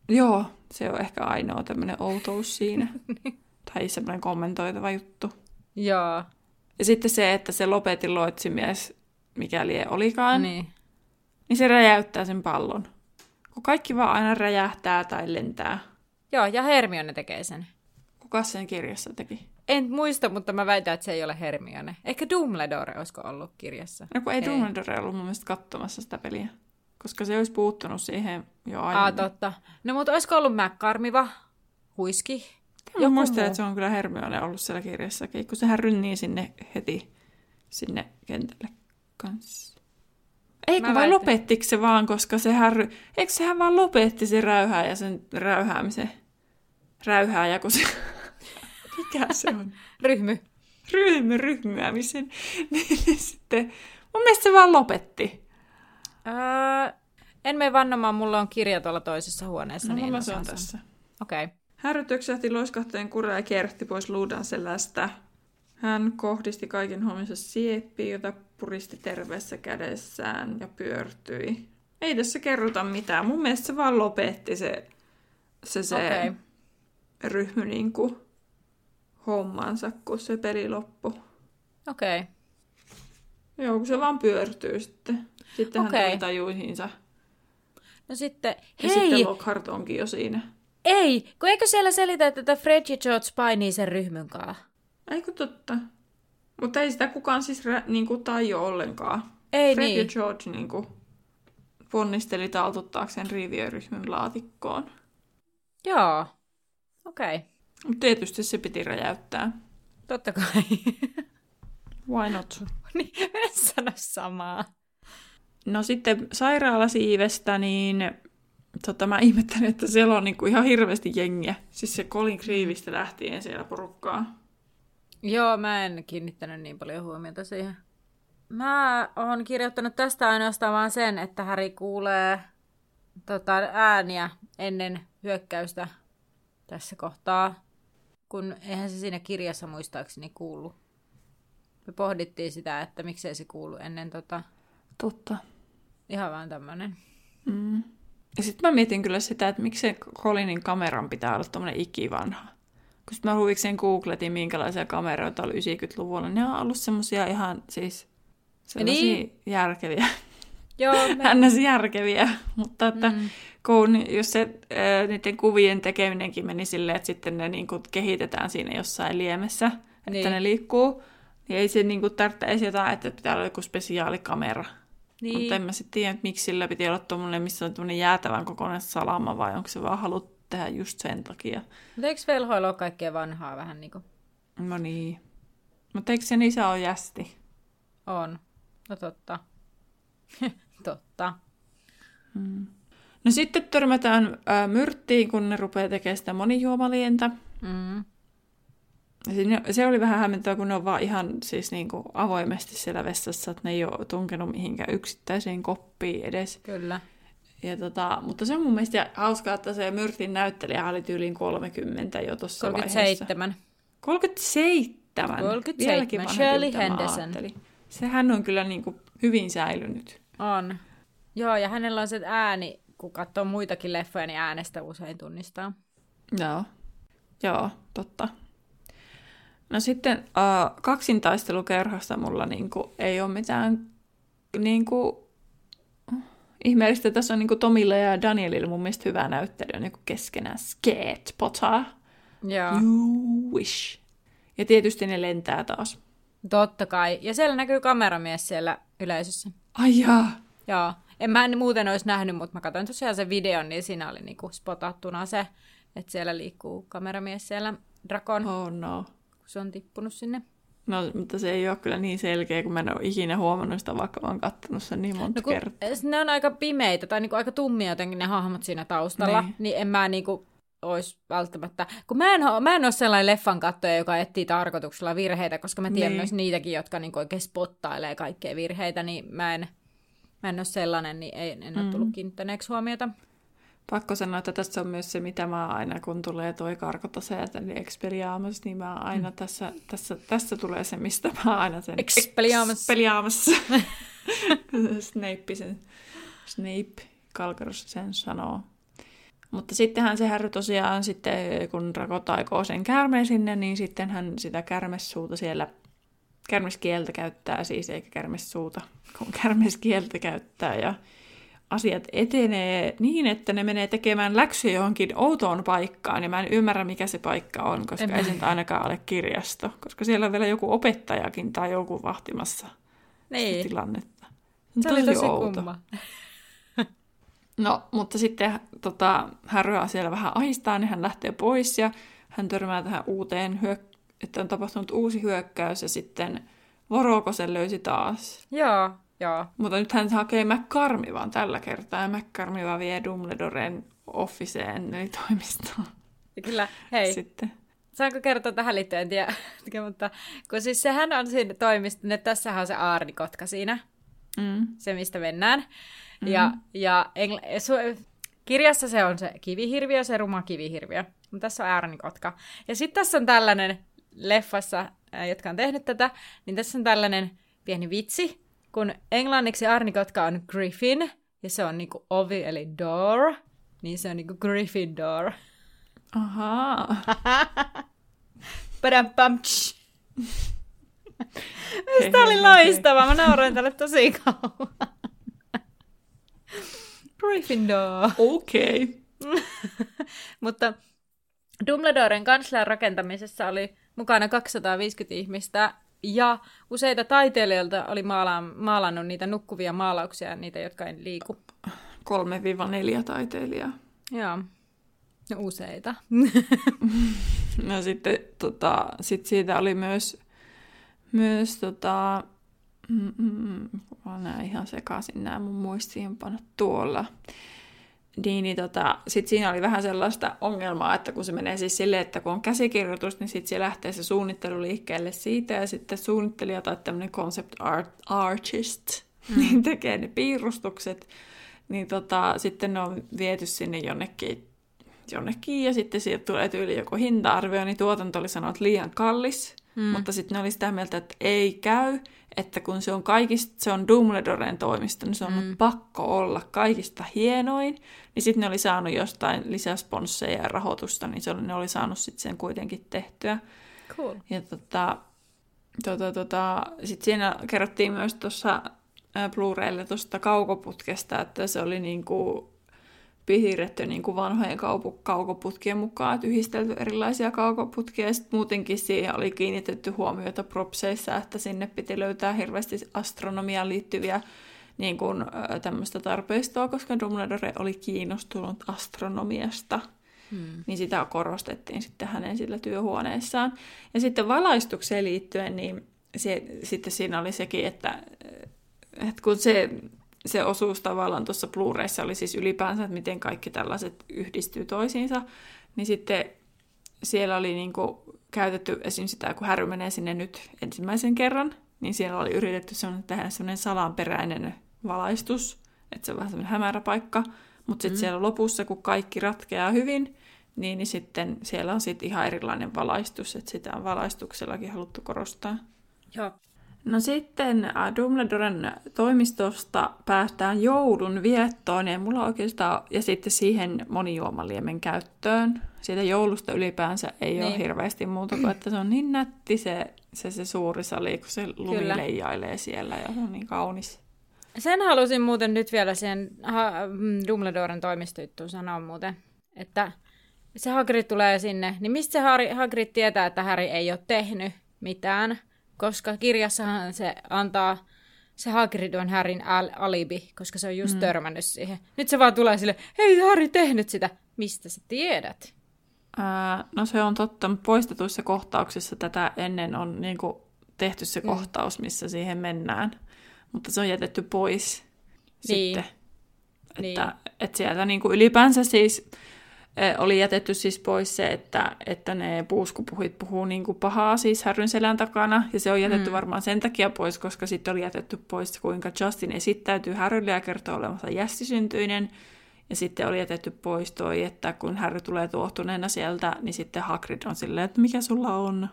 Joo, se on ehkä ainoa tämmöinen outous siinä. Tai semmoinen kommentoitava juttu. Joo. Ja sitten se, että se Lopetin loitsimies, mikäli ei olikaan, Niin. niin se räjäyttää sen pallon. Kun kaikki vaan aina räjähtää tai lentää. Joo, ja Hermione tekee sen. Kuka sen kirjassa teki? En muista, mutta mä väitän, että se ei ole Hermione. Ehkä Dumbledore olisiko ollut kirjassa. No kun ei, Ei. Dumbledore ollut mun mielestä katsomassa sitä peliä. Koska se olisi puuttunut siihen jo Aa, aiemmin. totta. No, mutta olisiko ollut McCormiva, Huiski? Mä muistan, että se on kyllä Hermione ollut siellä kirjassakin, kun sehän rynnii sinne heti sinne kentälle kanssa. Eikö vai väitän. lopettiko se vaan, koska sehän, ry... eikö sehän vaan lopetti se räyhää ja sen räyhäämisen? Räyhää ja kun se... Mikä se on? Ryhmy. Ryhmy, ryhmyämisen. Niin sitten, mun mielestä se vaan lopetti. Öö, en mene vannomaan, mulla on kirja tuolla toisessa huoneessa. No niin mulla en se on osaa tässä. sanoa. Okei. Okay. Harry töksähti loiskahteen kuraa ja kierrätti pois luudan selästä. Hän kohdisti kaiken huomensa sieppiin, jota puristi terveessä kädessään ja pyörtyi. Ei tässä kerrota mitään. Mun mielestä se vaan lopetti se, se, se Okei. ryhmy niin kuin hommansa, kun se peli loppui. Okei. Okay. Joo, kun se vaan pyörtyy sitten. Sitten hän Okei. tuli tajuihinsa. No sitten, Ja hei! sitten Lockhart onkin jo siinä. Ei! Kun eikö siellä selitä, että tätä Fred ja George painii sen ryhmyn kanssa? Eikö totta? Mutta ei sitä kukaan siis rä, niinku tajua ollenkaan. Ei Fred niin. ja George niinku ponnisteli taltuttaakseen riviöryhmyn laatikkoon. Joo. Okei. Okay. Mutta tietysti se piti räjäyttää. Totta kai. Why not? Niin, en sano samaa. No sitten sairaalasiivestä, niin tota, mä ihmettelen, että siellä on niinku ihan hirveästi jengiä. Siis se Colin Creevistä lähtien siellä porukkaa. Joo, mä en kiinnittänyt niin paljon huomiota siihen. Mä oon kirjoittanut tästä ainoastaan vaan sen, että Harry kuulee tota, ääniä ennen hyökkäystä tässä kohtaa, kun eihän se siinä kirjassa muistaakseni kuulu. Me pohdittiin sitä, että miksei se kuulu ennen tota, Totta. ihan vaan tämmönen. Mm. Ja sitten mä mietin kyllä sitä, että miksi se Colinin kameran pitää olla tommonen ikivanha. Kun sit mä huvikseen googletin, minkälaisia kameroita oli yhdeksänkymmentäluvulla, ne on ollut semmosia ihan siis sellaisia Niin. järkeviä. Joo, me... Hännäs järkeviä, mutta että Mm. kun, jos se ää, niiden kuvien tekeminenkin meni silleen, että sitten ne niinku kehitetään siinä jossain liemessä, että Niin. ne liikkuu, niin ei se niinku tarvitse jotain, että pitää olla joku spesiaalikamera. Niin. Mutta en mä sitten tiedä, että miksi sillä piti olla tommonen, missä on tommonen jäätävän kokoinen salama, vai onko se vaan haluttu tehdä just sen takia. Mutta eikö velhoilla ole kaikkea vanhaa vähän niin kuin No niin. Mutta eikö sen isä ole jästi? on? No totta. totta. Mm. No sitten törmätään ää, myrttiin, kun ne rupeaa tekemään sitä monijuomalientä. Mm. Ja siinä- se oli vähän hämmentävää, kun ne on vaan ihan siis niinku avoimesti siellä vessassa, että ne ei ole tunkenut mihinkään yksittäiseen koppiin edes. Kyllä. Ja tota, mutta se on mun mielestä hauskaa, että se myrtin näyttelijä oli tyyliin kolmekymmentä jo tuossa vaiheessa. kolmekymmentäseitsemän. kolmekymmentäseitsemän. kolmekymmentäseitsemän. Vieläkin vanhempi, Shirley mitä mä Henderson. ajattelin. Sehän on kyllä niinku hyvin säilynyt. On. Joo, ja hänellä on se ääni, kun katsoo muitakin leffoja, niin äänestä usein tunnistaa. Joo. Joo, totta. No sitten uh, kaksintaistelukerhosta mulla niinku ei ole mitään niinku ihmeellistä. Tässä on niinku Tomilla ja Danielilla mun mielestä hyvä näyttely niinku keskenään. Scared Potter. Joo. You wish. Ja tietysti ne lentää taas. Totta kai. Ja siellä näkyy kameramies siellä yleisössä. Ai jaa. Joo. En mä en muuten olisi nähnyt, mutta mä katsoin tosiaan sen videon, niin siinä oli niinku spotattuna se, että siellä liikkuu kameramies siellä Drakon, Oh no. kun se on tippunut sinne. No, mutta se ei ole kyllä niin selkeä, kun mä en ole ikinä huomannut sitä, vaikka mä oon kattonut sen niin monta No kun kertaa. ne on aika pimeitä tai niinku aika tummia jotenkin ne hahmot siinä taustalla, Niin. niin en mä niinku olisi välttämättä... Kun mä en, oo- mä en ole sellainen leffan katsoja, joka etsii tarkoituksella virheitä, koska mä tiedän Niin. myös niitäkin, jotka niinku oikein spottailee kaikkea virheitä, niin mä en, mä en ole sellainen, niin ei, en ole Mm. tullut kiinnittäneeksi huomiota. Pakko sanoa, että tässä on myös se, mitä mä aina, kun tulee toi karkotaseet, eli Expelliarmus, niin mä aina mm. tässä, tässä, tässä tulee se, mistä mä aina sen... Expelliarmus. Expelliarmus. Snape sen... Snape, Kalkarus sen sanoo. Mutta sittenhän se Harry tosiaan, sitten, kun Draco taikoo sen käärmeen sinne, niin sitten hän sitä kärmessuuta siellä, kärmeskieltä käyttää siis, eikä kärmessuuta, kun kärmeskieltä käyttää, ja asiat etenee niin, että ne menee tekemään läksyjä johonkin outoon paikkaan, ja mä en ymmärrä, mikä se paikka on, koska en ei se ainakaan ole kirjasto, koska siellä on vielä joku opettajakin tai joku vahtimassa niin. tilannetta. Se, se oli tosi kumma. No, mutta sitten tota, Harryä siellä vähän ahistaa, niin hän lähtee pois ja hän törmää tähän uuteen, hyök- että on tapahtunut uusi hyökkäys ja sitten Voroko sen löysi taas. Joo, joo. Mutta nyt hän hakee McCormivan tällä kertaa ja McCormiva vie Dumbledoren officeen, eli toimistoon. Ja kyllä, hei. Sitten. Saanko kertoa tähän liittyen, en tiedä, mutta kun siis sehän on siinä toimiston, että tässähän on se aarnikotka siinä, mm. se mistä mennään. Mm-hmm. Ja, ja engl- su- kirjassa se on se kivihirviö, se ruma kivihirviö. Mutta tässä on aarnikotka. Ja sitten tässä on tällainen, leffassa, jotka on tehnyt tätä, niin tässä on tällainen pieni vitsi, kun englanniksi aarnikotka on Griffin, ja se on niinku ovi, eli door, niin se on niinku Gryffindor. Ahaa. Padampamtsch. Tämä oli loistavaa, mä nauroin tälle tosi kauan. Gryffindor. Okei. Okay. Mutta Dumbledoren kanslian rakentamisessa oli mukana kaksisataaviisikymmentä ihmistä ja useita taiteilijoilta oli maala- maalannut niitä nukkuvia maalauksia, niitä, jotka ei liiku. kolme neljä taiteilijaa. Joo, no useita. No sitten tota, sit siitä oli myös, myös tota, mm, mm, mä näen ihan sekaisin nämä mun muistiinpanot tuolla. Niin, niin tota, sitten siinä oli vähän sellaista ongelmaa, että kun se menee siis silleen, että kun on käsikirjoitus, niin sitten se lähtee se suunnittelu liikkeelle siitä, ja sitten suunnittelija tai tämmöinen concept art, artist, mm. niin tekee ne piirustukset, niin tota, sitten ne on viety sinne jonnekin, jonnekin ja sitten sieltä tulee tyyli joku hinta-arvio, niin tuotanto oli sanonut liian kallis, mm. mutta sitten ne oli sitä mieltä, että ei käy, että kun se on kaikista, se on Dumbledoren toimisto, niin se on mm. pakko olla kaikista hienoin, niin sitten ne oli saanut jostain lisäsponsseja ja rahoitusta, niin se oli, ne oli saanut sitten sen kuitenkin tehtyä. Cool. Ja tota, tota, tota, sitten siinä kerrottiin myös tuossa Blu-raylla tuosta kaukoputkesta, että se oli niinku piirretty niinku vanhojen kaup- kaukoputkien mukaan, että yhdistelty erilaisia kaukoputkia, ja sitten muutenkin siihen oli kiinnitetty huomiota propseissa, että sinne piti löytää hirveästi astronomiaan liittyviä niin kuin, tämmöistä tarpeistoa, koska Dumbledore oli kiinnostunut astronomiasta. Hmm. Niin sitä korostettiin sitten hänen sillä työhuoneessaan. Ja sitten valaistukseen liittyen, niin se, sitten siinä oli sekin, että, että kun se, se osuus tavallaan tuossa Blu-rayssa oli siis ylipäänsä, että miten kaikki tällaiset yhdistyy toisiinsa, niin sitten siellä oli niinku käytetty esim. Sitä, kun Harry menee sinne nyt ensimmäisen kerran, niin siellä oli yritetty tehdä sellainen salanperäinen valaistus, että se on vähän sellainen hämärä paikka, mutta sitten mm. siellä lopussa, kun kaikki ratkeaa hyvin, niin, niin sitten siellä on sitten ihan erilainen valaistus, että sitä on valaistuksellakin haluttu korostaa. Joo. No sitten Dumbledoren toimistosta päästään joulun viettoon, ja mulla oikeastaan, ja sitten siihen monijuomaliemen käyttöön. Siitä joulusta ylipäänsä ei niin. ole hirveästi muuta kuin, että se on niin nätti se, se, se suuri sali, kun se lumi Kyllä. leijailee siellä, ja se on niin kaunis. Sen halusin muuten nyt vielä siihen Dumbledoren toimistojuttuun sanoa muuten, että se Hagrid tulee sinne, niin mistä se Hagrid tietää, että Harry ei ole tehnyt mitään? Koska kirjassahan se antaa, se Hagrid on Harryn al- alibi, koska se on just mm. törmännyt siihen. Nyt se vaan tulee sille, hei Harry tehnyt sitä. Mistä sä tiedät? Ää, no se on totta, mutta poistetuissa kohtauksissa tätä ennen on niin kuin tehty se mm. kohtaus, missä siihen mennään. Mutta se on jätetty pois niin. sitten. Että, niin. että sieltä niin kuin ylipäänsä siis oli jätetty siis pois se, että, että ne puuskupuhit puhuu niin kuin pahaa siis Harryn selän takana, ja se on jätetty mm. varmaan sen takia pois, koska sitten oli jätetty pois, kuinka Justin esittäytyy Harrylle ja kertoo olevansa jästisyntyinen, ja sitten oli jätetty pois toi, että kun Harry tulee tuohtuneena sieltä, niin sitten Hagrid on silleen, että mikä sulla on?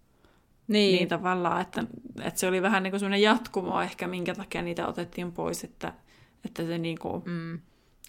Niin. Niin tavallaan, että, että se oli vähän niin kuin semmoinen jatkumo ehkä, minkä takia niitä otettiin pois, että, että se niin kuin... Mm.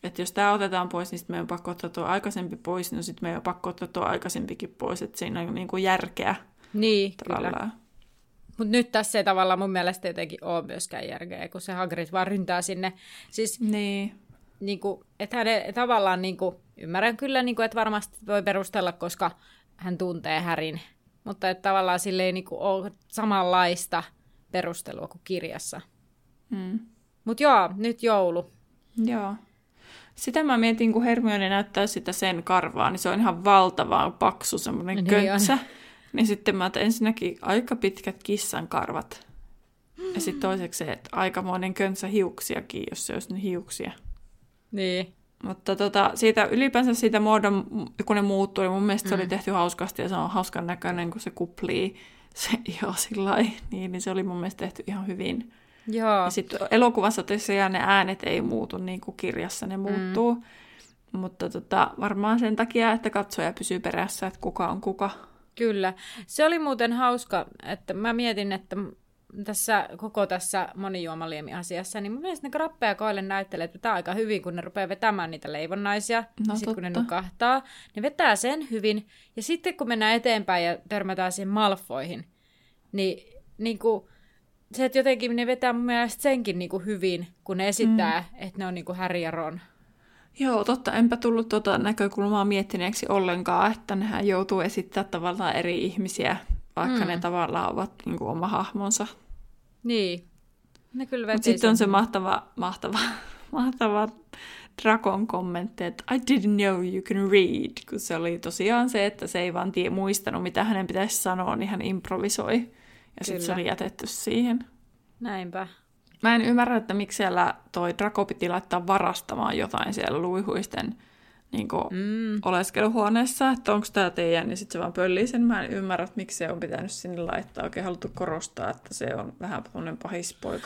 Että jos tämä otetaan pois, niin sitten meidän on pakko ottaa tuo aikaisempi pois, no sitten meidän on pakko ottaa tuo aikaisempikin pois, että siinä on niin kuin järkeä. Niin, kyllä. Mutta nyt tässä ei tavallaan mun mielestä jotenkin ole myöskään järkeä, kun se Hagrid vaan ryntää sinne. Siis, niin. Niin kuin, että hän tavallaan, niin kuin, ymmärrän kyllä, niin kuin, että varmasti voi perustella, koska hän tuntee Harryn, mutta että tavallaan sille ei niin kuin, ole samanlaista perustelua kuin kirjassa. Hmm. Mutta joo, nyt joulu. Joo. Sitä mä mietin, kun Hermione näyttää sitä sen karvaa, niin se on ihan valtava paksu semmoinen niin köntsä. On. Niin sitten mä otan ensinnäkin aika pitkät kissan karvat. Ja sitten toiseksi se, että aikamoinen köntsä hiuksiakin, jos se olisi niin hiuksia. Niin. Mutta tota, siitä, ylipäänsä siitä muodon, kun ne muuttui, niin mun mielestä mm. se oli tehty hauskasti ja se on hauskan näköinen, kun se kuplii se ihan sillai. Niin, niin se oli mun mielestä tehty ihan hyvin. Joo. Ja sitten elokuvassa tosiaan ne äänet ei muutu niin kuin kirjassa ne muuttuu. Mm. Mutta tota, varmaan sen takia, että katsoja pysyy perässä, että kuka on kuka. Kyllä. Se oli muuten hauska, että mä mietin, että tässä koko tässä monijuomaliemi-asiassa, niin mun mielestä ne Grappe ja Goyle näyttelee tätä aika hyvin, kun ne rupeaa vetämään niitä leivonnaisia. No, sitten kun ne nukahtaa, ne vetää sen hyvin. Ja sitten kun mennään eteenpäin ja törmätään siihen Malfoihin, niin, niin kuin, se, että jotenkin ne vetää mun mielestä senkin niin kuin hyvin, kun ne esittää, mm. että ne on niin kuin Harry ja Ron. Joo, totta. Enpä tullut tuota näkökulmaa miettineeksi ollenkaan, että nehän joutuu esittämään tavallaan eri ihmisiä, vaikka mm. ne tavallaan ovat niin kuin oma hahmonsa. Niin. Ne kyllä veti. Mutta sitten on se mahtava, mahtava, mahtava Drakon kommentti, että I didn't know you can read, kun se oli tosiaan se, että se ei vaan tie, muistanut, mitä hänen pitäisi sanoa, niin hän improvisoi. Ja sitten se oli jätetty siihen. Näinpä. Mä en ymmärrä, että miksi siellä toi Draco piti laittaa varastamaan jotain siellä luihuisten niin kuin mm. oleskeluhuoneessa, että onko tämä teidän, niin sitten se vaan pöllii sen. Mä en ymmärrä, että miksi se on pitänyt sinne laittaa. Oikein haluttu korostaa, että se on vähän tämmöinen pahispoika.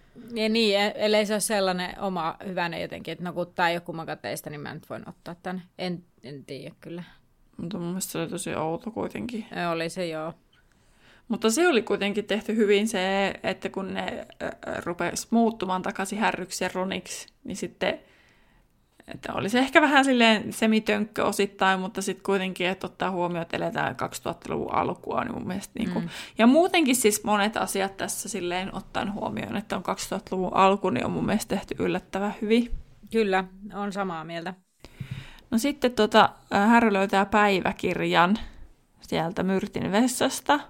Ja niin, ellei se ole sellainen oma hyvänä jotenkin, että no kun tämä ei ole kummankaan teistä, niin mä nyt voin ottaa tämän. En, en tiedä kyllä. Mutta mun mielestä se oli tosi outo kuitenkin. Oli se joo. Mutta se oli kuitenkin tehty hyvin se, että kun ne rupesi muuttumaan takaisin Härryksi ja Roniksi, niin sitten että oli se ehkä vähän silleen semitönkkö osittain, mutta sitten kuitenkin, että ottaa huomioon, että eletään kaksituhattaluvun alkua, niin mun mielestä niin kuin, mm. ja muutenkin siis monet asiat tässä silleen ottaen huomioon, että on kaksituhattaluvun alku, niin on mun mielestä tehty yllättävän hyvin. Kyllä, on samaa mieltä. No sitten tota, Harry löytää päiväkirjan sieltä Myrtin vessasta.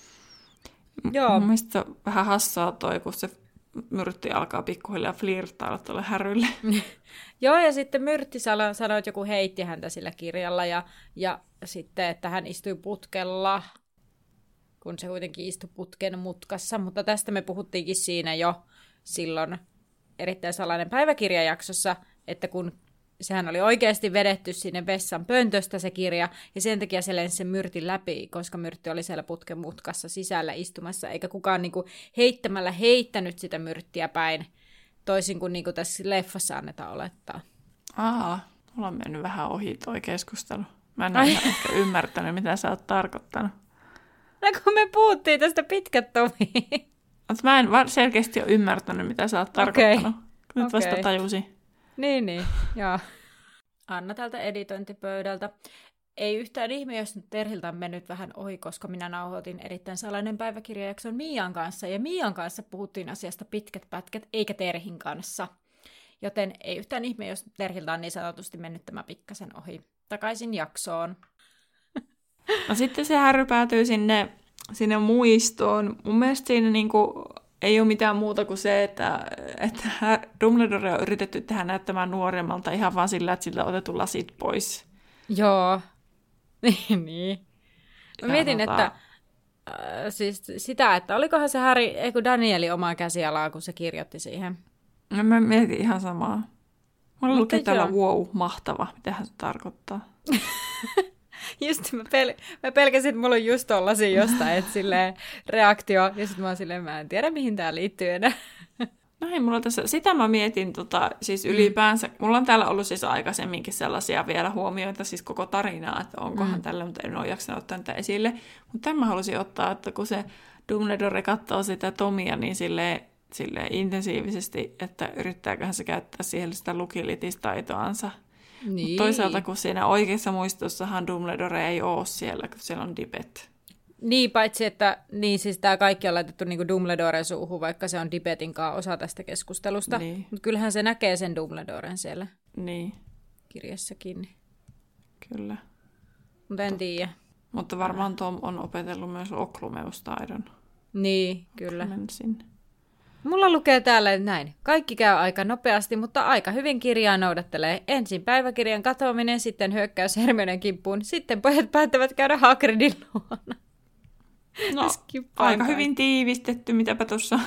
Joo. Mun mielestä se on vähän hassua toi, kun se Myrtti alkaa pikkuhiljaa flirttailla tuolle Harrylle. Joo, ja sitten Myrtti sanoi, että joku heitti häntä sillä kirjalla, ja, ja sitten, että hän istui putkella, kun se kuitenkin istui putken mutkassa. Mutta tästä me puhuttiinkin siinä jo silloin erittäin salainen päiväkirjajaksossa, että kun sehän oli oikeasti vedetty sinne vessan pöntöstä se kirja, ja sen takia se lensi sen Myrtin läpi, koska Myrtti oli siellä putken mutkassa sisällä istumassa, eikä kukaan niinku heittämällä heittänyt sitä Myrttiä päin, toisin kuin niinku tässä leffassa annetaan olettaa. Aa, mulla on mennyt vähän ohi toi keskustelu. Mä en ole ehkä ymmärtänyt, mitä sä oot tarkoittanut. No kun me puhuttiin tästä pitkät tomiin. Mä en selkeästi ole ymmärtänyt, mitä sä oot tarkoittanut. Okay. Nyt okay. Vasta tajusin. Niin, niin, joo. Anna täältä editointipöydältä. Ei yhtään ihme, jos nyt Terhiltä on mennyt vähän ohi, koska minä nauhoitin erittäin salainen päiväkirjajakson Mian kanssa, ja Mian kanssa puhuttiin asiasta pitkät pätkät, eikä Terhin kanssa. Joten ei yhtään ihme, jos Terhiltä on niin sanotusti mennyt tämä pikkasen ohi. Takaisin jaksoon. No sitten se Harry päätyy sinne, sinne muistoon. Mun mielestä siinä niinku ei ole mitään muuta kuin se, että, että Dumbledore on yritetty tehdä näyttämään nuoremmalta ihan vaan sillä, että sillä on otettu lasit pois. Joo, niin. niin. Mä mietin, tota... että äh, siis sitä, että olikohan se Harry, eikö Danieli omaa käsialaa, kun se kirjoitti siihen. No mä mietin ihan samaa. Mulla luki täällä wow, mahtava. Mitähän se tarkoittaa? Just, mä, pel- mä pelkäsin, että mulla on just tollasia jostain, että silleen reaktio, ja sitten mä oon silleen, mä en tiedä, mihin tää liittyy enää. No ei, mulla tässä, sitä mä mietin tota, siis ylipäänsä, mulla on täällä ollut siis aikaisemminkin sellaisia vielä huomioita, siis koko tarinaa, että onkohan mm. tällä, mutta en ole jaksanut ottaa niitä esille. Mutta tämän mä halusin ottaa, että kun se Dumbledore katsoo sitä Tomia, niin silleen, silleen intensiivisesti, että yrittääköhän se käyttää siihen sitä lukilitistaitoansa. Niin. Mut toisaalta, kun siinä oikeassa muistossahan Dumbledore ei ole siellä, kun siellä on Dippet. Niin, paitsi että niin, siis tämä kaikki on laitettu niin Dumbledoren suuhun, vaikka se on Dippetin kanssa osa tästä keskustelusta. Niin. Mutta kyllähän se näkee sen Dumbledoren siellä Niin. kirjassakin. Kyllä. Mutta en tiedä. Mutta varmaan Tom on opetellut myös oklumeustaidon. Niin, kyllä. Sinne. Mulla lukee täällä näin. Kaikki käy aika nopeasti, mutta aika hyvin kirjaa noudattelee. Ensin päiväkirjan katoaminen, sitten hyökkäys Hermionen kimppuun, sitten pojat päättävät käydä Hagridin luona. No, aika hyvin tiivistetty, mitäpä tuossa.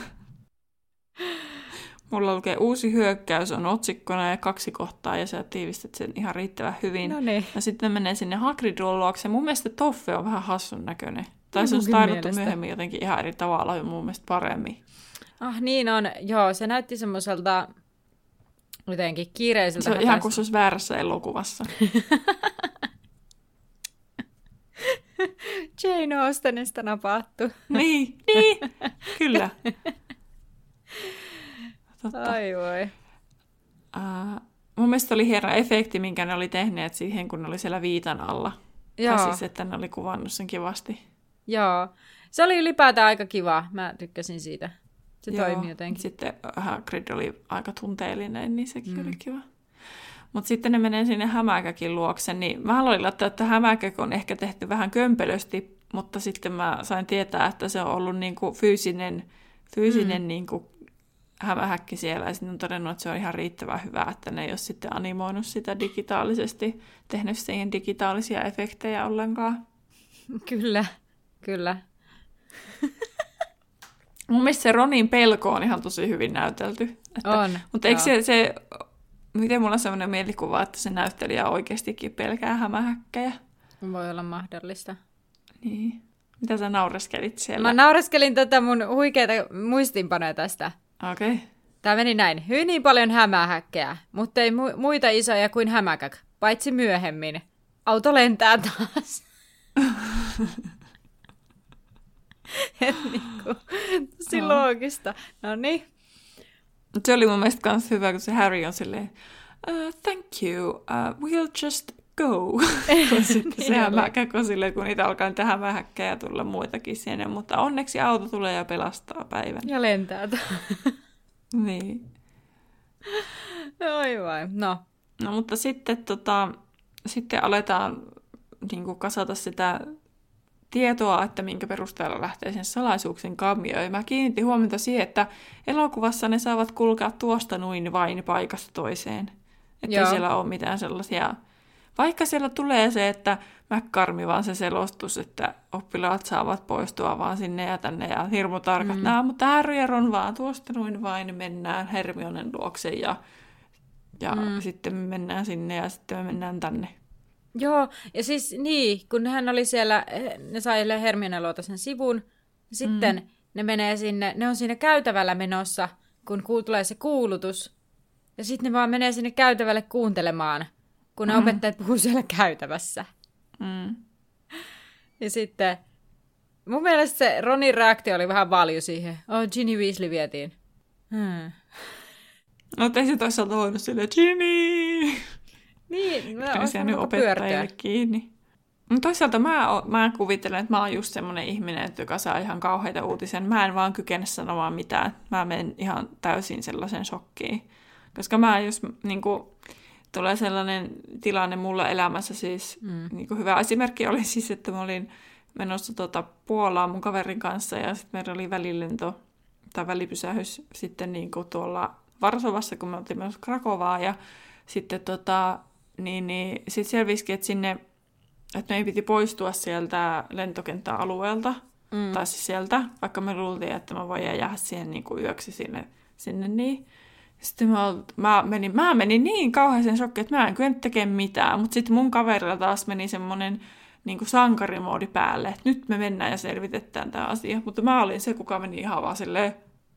Mulla lukee uusi hyökkäys on otsikkona ja kaksi kohtaa, ja sä tiivistät sen ihan riittävän hyvin. No niin. Ja sitten menee sinne Hagridin luokse. Mun mielestä Toffe on vähän hassun näköinen. Tai se on taidottu myöhemmin jotenkin ihan eri tavalla ja mun mielestä paremmin. Ah niin on, joo, se näytti semmoiselta jotenkin kiireiseltä. Se on hätäistä. Ihan kuin se olisi väärässä elokuvassa. Jane Austenista napattu. Niin, niin, kyllä. Totta. Ai voi. Uh, mun mielestä oli hieno efekti, minkä ne oli tehneet siihen, kun ne oli siellä viitan alla. Joo. Tai siis, että ne oli kuvannut sen kivasti. Joo. Se oli ylipäätään aika kiva. Mä tykkäsin siitä. Se Joo. toimi jotenkin. Sitten Hagrid oli aika tunteellinen, niin sekin mm. oli kiva. Mutta sitten ne menee sinne Hämäkäkin luokse, niin mä haluin laittaa, että Hämäkäk on ehkä tehty vähän kömpelösti, mutta sitten mä sain tietää, että se on ollut niinku fyysinen, fyysinen mm. niinku hämähäkki siellä, ja sitten on todennut, että se on ihan riittävän hyvä, että ne ei ole sitten animoinut sitä digitaalisesti, tehnyt siihen digitaalisia efektejä ollenkaan. Kyllä, kyllä. Mun mielestä se Ronin pelko on ihan tosi hyvin näytelty. Että, on. Mutta eikö se, se, miten mulla on sellainen mielikuva, että se näyttelijä oikeastikin pelkää hämähäkkejä? Voi olla mahdollista. Niin. Mitä sä naureskelit siellä? Mä naureskelin tätä mun huikeita muistinpanoja tästä. Okei. Okay. Tää meni näin. Hyvin niin paljon hämähäkkejä, mutta ei mu- muita isoja kuin hämäkäk, paitsi myöhemmin. Auto lentää taas. Et niinku, tosi no. loogista. No niin. Se oli mun mielestä kans hyvä, kun se Harry on silleen, uh, thank you, uh, we'll just go. Sitten niin se hämäkäk on silleen, kun niitä alkaa niitä hämähäkkejä tulla muitakin sinne, mutta onneksi auto tulee ja pelastaa päivän. Ja lentää taas. Niin. Oi vai, no. No mutta sitten, tota, sitten aletaan niin kuin kasata sitä tietoa, että minkä perusteella lähtee sen salaisuuksien kammioon. Ja mä kiinnitin huomiota siihen, että elokuvassa ne saavat kulkea tuosta noin vain paikasta toiseen. Että ei siellä ole mitään sellaisia. Vaikka siellä tulee se, että McCormi vaan se selostus, että oppilaat saavat poistua vaan sinne ja tänne ja hirmu tarkat mm. nämä, mutta Harry ja Ron vaan tuosta noin vain mennään Hermionen luokse ja, ja mm. sitten me mennään sinne ja sitten me mennään tänne. Joo, ja siis niin, kun hän oli siellä, ne sai Hermionen luota sen sivun, sitten mm. ne menee sinne, ne on siinä käytävällä menossa, kun tulee se kuulutus, ja sitten ne vaan menee sinne käytävälle kuuntelemaan, kun ne mm. opettajat puhuu siellä käytävässä. Mm. Ja sitten mun mielestä se Ronin reaktio oli vähän valju siihen. Oh, Ginny Weasley vietiin. Hmm. No ei se toisaalta voinut silleen, Ginny! Niin, mä olisi jäänyt opettajille kiinni. No toisaalta mä, mä kuvittelen, että mä oon just semmoinen ihminen, joka saa ihan kauheita uutisen. Mä en vaan kykene sanomaan mitään. Mä menen ihan täysin sellaisen shokkiin. Koska mä jos niinku tulee sellainen tilanne mulla elämässä siis, mm. niin kuin hyvä esimerkki oli siis, että mä olin menossa tuota Puolaan mun kaverin kanssa ja sitten meillä oli välilento tai välipysähys sitten niin kuin tuolla Varsovassa, kun me oltiin menossa Krakovaan ja sitten tota, niin, niin sitten selvisikin, että sinne, että meidän piti poistua sieltä lentokenttäalueelta mm. tai siis sieltä, vaikka me luultiin, että mä voin jäädä siihen niin kuin yöksi sinne, sinne niin. Sitten mä, mä, menin, mä menin niin kauhean shokkiin, että mä en kyennyt tekemään mitään. Mutta sitten mun kaverilla taas meni semmoinen niin kuin sankarimoodi päälle, että nyt me mennään ja selvitetään tämä asia. Mutta mä olin se, kuka meni ihan vaan silleen,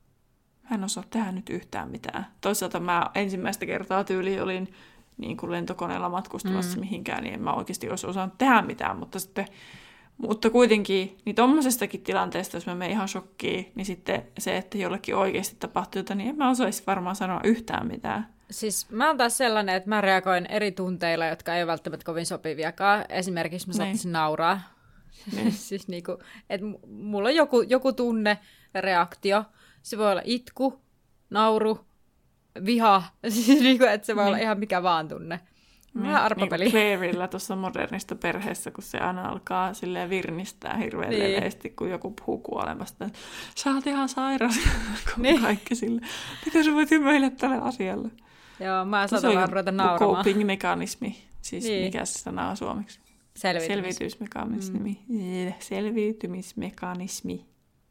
mä en osaa tehdä nyt yhtään mitään. Toisaalta mä ensimmäistä kertaa tyyliin olin niin kuin lentokoneella matkustamassa mm. mihinkään, niin en mä oikeasti olisi osannut tehdä mitään. Mutta sitten Mutta kuitenkin, niin tommosestakin tilanteesta, jos mä menen ihan shokkiin, niin sitten se, että jollekin oikeasti tapahtuu jotain, niin en mä osaisi varmaan sanoa yhtään mitään. Siis mä oon taas sellainen, että mä reagoin eri tunteilla, jotka ei ole välttämättä kovin sopiviakaan. Esimerkiksi mä saattaisin nauraa. Siis niinku, että mulla on joku, joku tunne, reaktio. Se voi olla itku, nauru, viha. Siis niinku, että se voi niin. olla ihan mikä vaan tunne. Vähän arpapeli. Niin Clairella tuossa modernista perheessä, kun se aina alkaa silleen virnistää hirveän niin. leveästi, kun joku puhuu kuolemasta. Sä oot ihan sairas, kun niin. kaikki silleen. Mitä sä voit hymyillä tälle asialle? Joo, mä saatan vaan ruveta nauramaan. Coping-mekanismi. Siis niin. mikä se sana on suomeksi? Selviytymis. Selviytymismekanismi. Mm. Selviytymismekanismi.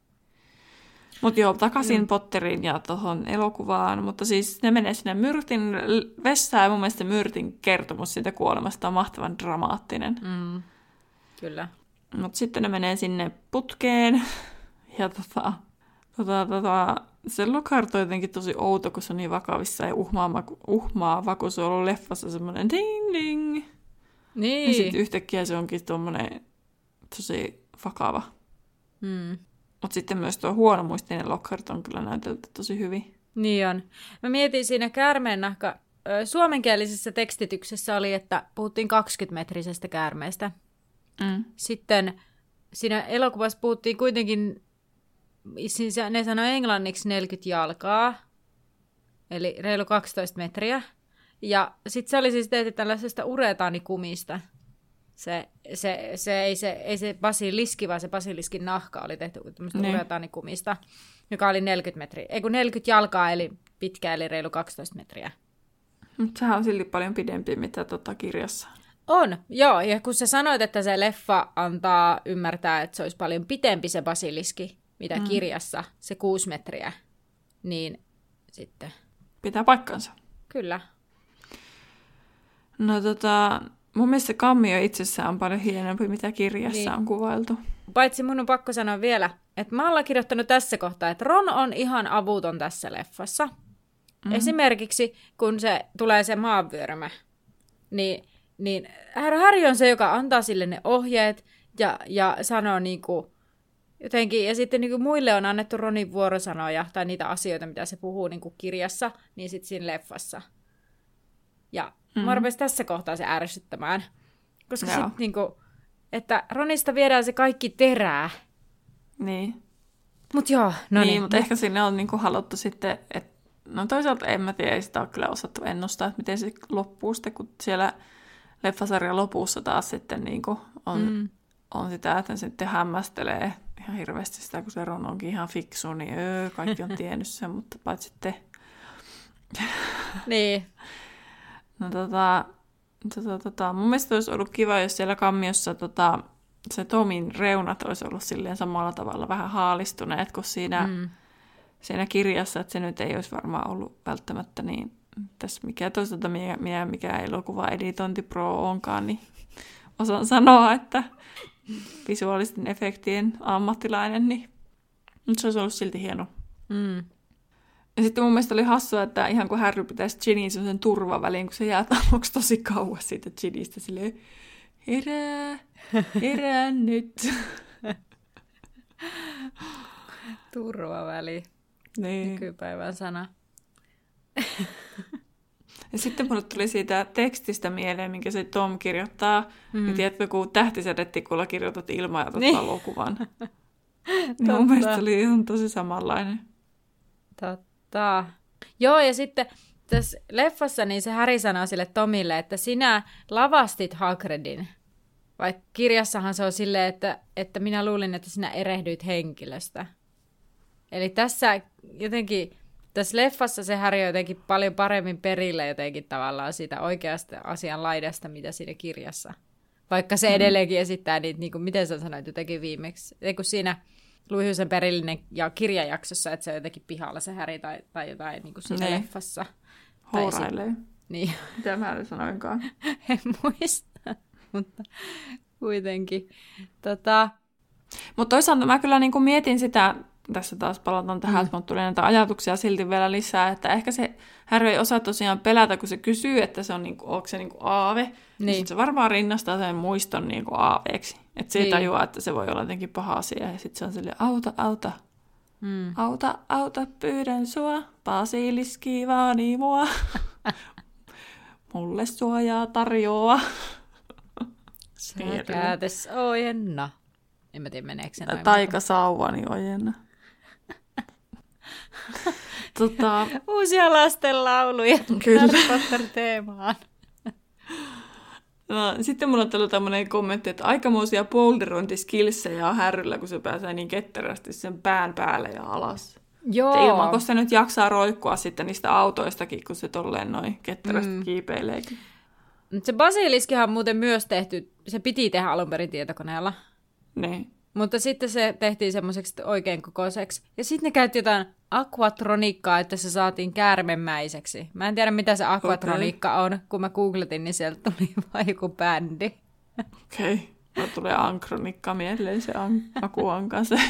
Mutta joo, takaisin mm. Potteriin ja tuohon elokuvaan. Mutta siis ne menee sinne Myrtin vessaan ja mun mielestä Myrtin kertomus siitä kuolemasta on mahtavan dramaattinen. Mm. Kyllä. Mutta sitten ne menee sinne putkeen ja tota, tota, tota, se Lockhart on jotenkin tosi outo, kun se on niin vakavissa ja uhmaava, uhmaava kun se on ollut leffassa semmoinen ding ding. Niin. Ja sitten yhtäkkiä se onkin tommonen tosi vakava. Mm. Mutta sitten myös tuo huonomuistinen Lockhart on kyllä näytelty tosi hyvin. Niin on. Mä mietin siinä käärmeennahka. Suomenkielisessä tekstityksessä oli, että puhuttiin kaksikymmentämetrisestä käärmeestä. Mm. Sitten siinä elokuvassa puhuttiin kuitenkin, siis ne sanoi englanniksi neljäkymmentä jalkaa, eli reilu kaksitoista metriä. Ja sitten se oli siis tehty tällaisesta uretaanikumista. Se, se, se, ei, se, ei se basiliski, vaan se basiliskin nahka oli tehty tämmöistä niin. uretaanikumista, joka oli neljäkymmentä metriä. Ei kun neljäkymmentä jalkaa, eli pitkä, eli reilu kaksitoista metriä. Mutta sehän on silti paljon pidempi, mitä tota kirjassa. On, joo. Ja kun sä sanoit, että se leffa antaa ymmärtää, että se olisi paljon pitempi se basiliski, mitä mm. kirjassa, se kuusi metriä, niin sitten... Pitää paikkansa. Kyllä. No tota... Mun mielestä se kammio itsessään on paljon hienompi, mitä kirjassa niin. on kuvailtu. Paitsi mun on pakko sanoa vielä, että mä oon kirjoittanut tässä kohtaa, että Ron on ihan avuton tässä leffassa. Mm-hmm. Esimerkiksi kun se tulee se maanvyörymä, niin, niin Harry on se, joka antaa sille ne ohjeet ja, ja sanoo niinku jotenkin, ja sitten niinku muille on annettu Ronin vuorosanoja tai niitä asioita, mitä se puhuu niinku kirjassa, niin sitten siinä leffassa. Ja mm-hmm. mä rupesin tässä kohtaa se ärsyttämään. Koska sitten niinku, että Ronista viedään se kaikki terää. Niin. Mut joo, no niin. Niin, mutta ehkä sinne on niinku haluttu sitten, että no toisaalta en mä tiedä, ei sitä ole kyllä osattu ennustaa, että miten se loppuu sitten, kun siellä leffasarjan lopussa taas sitten niinku on, mm. on sitä, että se sitten hämmästelee ihan hirveästi sitä, kun se Ron onkin ihan fiksu, niin öö, kaikki on tiennyt sen, mutta paitsi sitten... Niin. No tota, tota, tota, mun mielestä olisi ollut kiva, jos siellä kammiossa tota, se Tomin reunat olisi ollut silleen samalla tavalla vähän haalistuneet kuin siinä, mm. siinä kirjassa, että se nyt ei olisi varmaan ollut välttämättä niin, tässä mikä toisaalta mikä, mikä elokuva editointi pro onkaan, niin osaan sanoa, että visuaalisten efektien ammattilainen, niin nyt se olisi ollut silti hieno. Mm. Ja sitten mun mielestä oli hassua, että ihan kun Harry pitäisi Ginny sen turvaväliin, kun se jää aluksi tosi kauas siitä Ginnystä, silleen, herää, herää nyt. Turvaväli. Niin. Nykypäivän sana. Ja sitten mulle tuli siitä tekstistä mieleen, minkä se Tom kirjoittaa. Mm. Niin tiedätkö, kun tähtisädettikulla kirjoitat ilman ja otat niin. valokuvan. Niin mun mielestä oli ihan tosi samanlainen. Totta. Joo, ja sitten tässä leffassa niin se Harry sanoo sille Tomille, että sinä lavastit Hagridin. Vaikka kirjassahan se on silleen, että, että minä luulin, että sinä erehdyit henkilöstä. Eli tässä jotenkin, tässä leffassa se Harry on jotenkin paljon paremmin perillä jotenkin tavallaan siitä oikeasta asian laidasta, mitä siinä kirjassa. Vaikka se edelleenkin esittää niitä, niin kuin miten sä sanoit jotenkin viimeksi, ei kun siinä Luihysen perillinen ja kirjajaksossa, että se on jotenkin pihalla se Harry tai, tai jotain niin kuin siinä ne. leffassa. Hourailee. Si- niin. Mitä mä sanoinkaan? En muista, mutta kuitenkin. Tota... Mutta toisaalta mä kyllä niin kuin mietin sitä, tässä taas palataan tähän, mm. että mulle tulee näitä ajatuksia silti vielä lisää, että ehkä se Harry ei osaa tosiaan pelätä, kun se kysyy, että se on niinku, onko se niinku aave. Niin. Sitten se varmaan rinnastaa sen muiston niinku aaveeksi. Että se ei niin. tajua, että se voi olla jotenkin paha asia. Ja sitten se on silleen, auta, auta. Mm. Auta, auta, pyydän sua. Basiliski vaani mua. Mulle suojaa tarjoaa. Kätes ojenna. En mä tiedä, meneekö se noin. Taikasauvani ojenna. tota... Uusia lastenlauluja Harry Potter-teemaan. No, sitten mulla on tullut tämmöinen kommentti, että aikamoisia boulderointiskilsejä on Harryllä, kun se pääsee niin ketterästi sen pään päälle ja alas. Joo. Ilman, kun se nyt jaksaa roikkua sitten niistä autoistakin, kun se tolleen noin ketterästi mm. kiipeileekin. Se basiliskihan on muuten myös tehty, se piti tehdä alun perin tietokoneella. Niin. Mutta sitten se tehtiin semmoiseksi oikein kokoiseksi. Ja sitten ne käytti jotain aquatroniikkaa, että se saatiin käärmemäiseksi. Mä en tiedä, mitä se aquatroniikka okay. on. Kun mä googletin, niin sieltä tuli vain joku bändi. Okei. Okay. Mulla tulee ankronikka mieleen, se an- akuanka se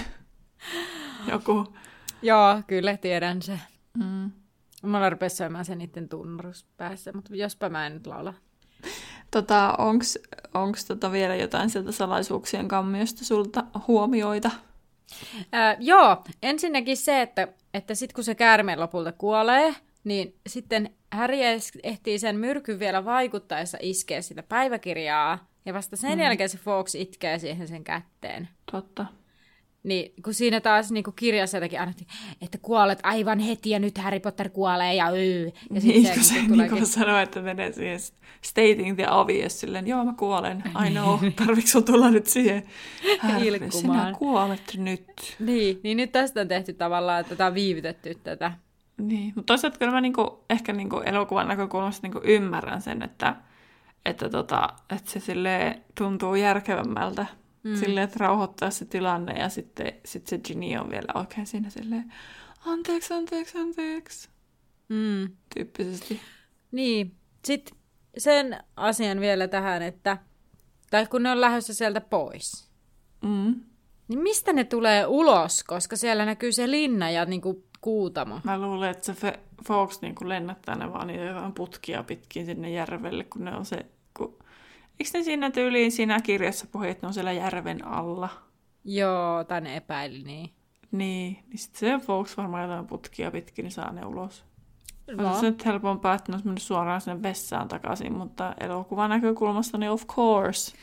joku. Joo, kyllä tiedän se. Mm. Mulla rupesi soimaan se niiden tunnarus päässä, mutta jospa mä en nyt laula. Tota, onks, onks tota vielä jotain sieltä salaisuuksien kammiosta sulta huomioita? Ää, joo, ensinnäkin se, että, että sitten kun se käärme lopulta kuolee, niin sitten Harry ehtii sen myrkyn vielä vaikuttaessa iskeä sitä päiväkirjaa, ja vasta sen mm. jälkeen se Fawkes itkee siihen sen kätteen. Totta. Niin, kun siinä taas niin kun kirjassa jotenkin annettiin, että kuolet aivan heti ja nyt Harry Potter kuolee ja yy. Ja niin, se, se niin tuleekin... niin sanoo, että menee siihen stating the obvious silleen, joo mä kuolen, I know, tarviiko sun tulla nyt siihen Harry, sinä kuolet nyt. Niin, niin nyt tästä on tehty tavallaan, että tätä on viivytetty tätä. Niin, mutta toisaalta kyllä mä niinku, ehkä niinku elokuvan näkökulmasta niinku ymmärrän sen, että, että, tota, että se silleen tuntuu järkevämmältä. Mm. Silleen, että rauhoittaa se tilanne ja sitten sit se Ginny on vielä oikein siinä silleen, anteeksi, anteeksi, anteeksi, mm. tyyppisesti. Niin, sitten sen asian vielä tähän, että tai kun ne on lähdössä sieltä pois, mm. niin mistä ne tulee ulos, koska siellä näkyy se linna ja niinku kuutamo. Mä luulen, että se Fawkes niinku lennättää ne vaan niitä jotain putkia pitkin sinne järvelle, kun ne on se... Kun... Eikö ne siinä tyyliin siinä kirjassa puhui, että ne on siellä järven alla? Joo, tai ne epäili niin. Niin, niin sitten se Fawkes varmaan jotain putkia pitkin, niin saa ne ulos. No. On se nyt helpompaa, että ne olisi mennyt suoraan sinne vessaan takaisin, mutta elokuvan näkökulmasta niin of course.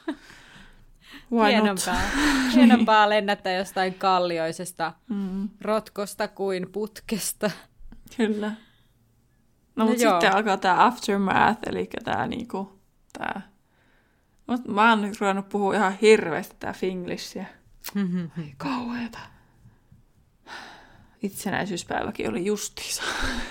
Why hienompaa. Hienompaa lennättää jostain kallioisesta mm. rotkosta kuin putkesta. Kyllä. No, no mutta joo. Sitten alkaa tämä aftermath, eli tämä niinku, tää... Mä oon nyt ruvennut puhua ihan hirveästi tää finglishia. Ai kauheeta. Itsenäisyyspäiväkin oli justiinsa.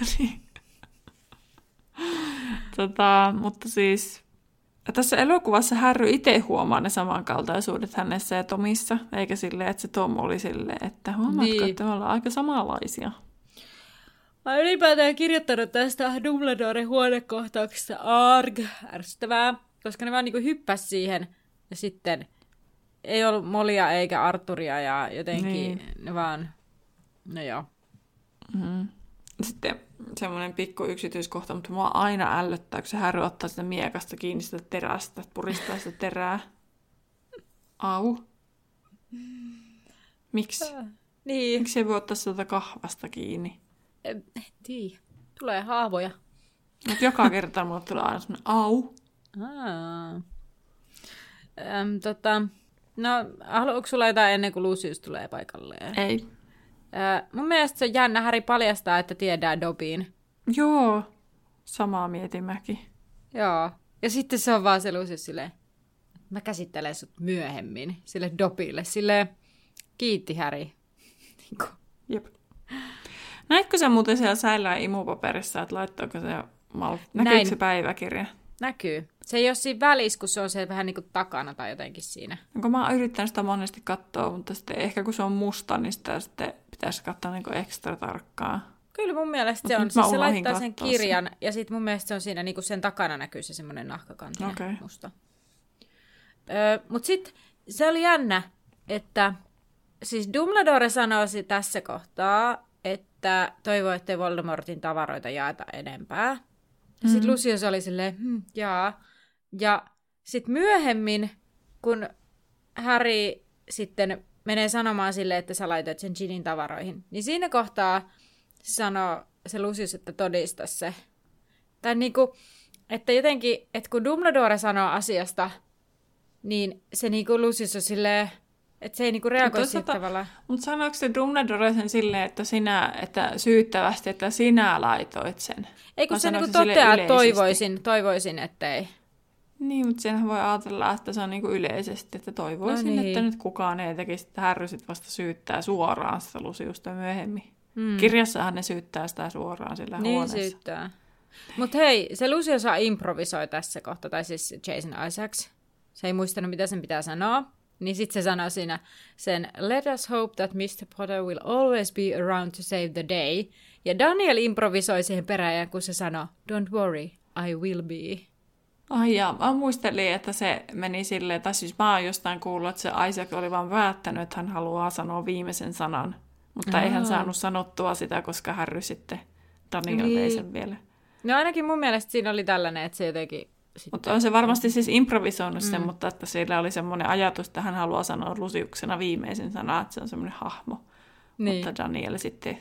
tota, mutta siis... Tässä elokuvassa Harry itse huomaa ne samankaltaisuudet hänessä ja Tomissa, eikä silleen, että se Tom oli silleen, että huomaatko, niin. Että me ollaan aika samanlaisia. Mä oon ylipäätään kirjoittanut tästä Dumbledoren huonekohtauksesta arg, ärsyttävää, koska ne vaan niinku hyppäs siihen ja sitten ei ollut Molia eikä Arturia ja jotenkin niin. Ne vaan, no joo. Mm-hmm. Sitten semmoinen pikku yksityiskohta, mutta mua aina ällöttää, kun se Harry ottaa sitä miekasta kiinni sitä terästä, puristaa sitä terää. Au. Miksi? Äh, niin. Miksi ei voi ottaa sitä kahvasta kiinni? En tiedä. Tulee haavoja. Mutta joka kerta mulle tulee aina semmoinen au. Aa. Öm, tota, no, haluatko sulla jotain ennen kuin Lucius tulee paikalleen? Ei. Äh, mun mielestä se on jännä, Harry paljastaa, että tiedää Dobin. Joo, samaa mietin mäkin. Joo, ja sitten se on vaan se Lucius silleen, mä käsittelen sut myöhemmin sille Dobille, silleen, kiitti Harry. Jep. Näitkö sä muuten siellä säilää imupaperissa, että laittoiko se, mal... näkyykö se päiväkirja? Näkyy. Se ei ole siinä välissä, kun se on se vähän niin kuin takana tai jotenkin siinä. Onko mä oon yrittänyt sitä monesti katsoa, mutta sitten ehkä kun se on musta, niin sitä sitten pitäisi katsoa niin kuin ekstra tarkkaan. Kyllä mun mielestä se on. Siis se laittaa sen kirjan sen. Ja sitten mun mielestä se on siinä niin kuin sen takana näkyy se semmoinen nahkakantinen okay. musta. Öö, mutta sitten se oli jännä, että siis Dumbledore sanoisi tässä kohtaa, että toivoo, ettei Voldemortin tavaroita jaeta enempää. Ja sitten Lucius oli silleen, hm, jaa. Ja sitten myöhemmin, kun Harry sitten menee sanomaan silleen, että sä laitoit sen Ginin tavaroihin, niin siinä kohtaa sanoo se Lucius, että todista se. Tai niinku, että jotenkin, että kun Dumbledore sanoo asiasta, niin se niinku Lucius on silleen, että se ei niinku reagoi siitä tavallaan. Mutta sanoiko se Dumbledore sen silleen, että, sinä, että syyttävästi, että sinä laitoit sen? Ei kun se niinku toteaa, että toivoisin, toivoisin, ettei. Niin, mutta senhän voi ajatella, että se on niinku yleisesti, että toivoisin, no niin. että nyt kukaan ei tekisi, että Harry sit vasta syyttää suoraan sitä Luciusta myöhemmin. Hmm. Kirjassahan ne syyttää sitä suoraan sillä niin huoneessa. Niin syyttää. Mutta hei, se Lucius improvisoi tässä kohtaa, tai siis Jason Isaacs. Se ei muistanut, mitä sen pitää sanoa. Niin sitten se sanoi siinä sen, let us hope that mister Potter will always be around to save the day. Ja Daniel improvisoi siihen perään, kun se sanoi, don't worry, I will be. Ai jaa, mä muistelin, että se meni silleen, tai siis mä oon jostain kuullut, että se Isaac oli vaan päättänyt, että hän haluaa sanoa viimeisen sanan. Mutta Aha. ei hän saanut sanottua sitä, koska Harry sitten Daniel niin. vei sen vielä. No ainakin mun mielestä siinä oli tällainen, että se jotenkin... Mutta on se varmasti siis improvisoinut sen, mm. mutta että sillä oli semmoinen ajatus, että hän haluaa sanoa Luciuksena viimeisen sana, että se on semmoinen hahmo. Niin. Mutta Daniel sitten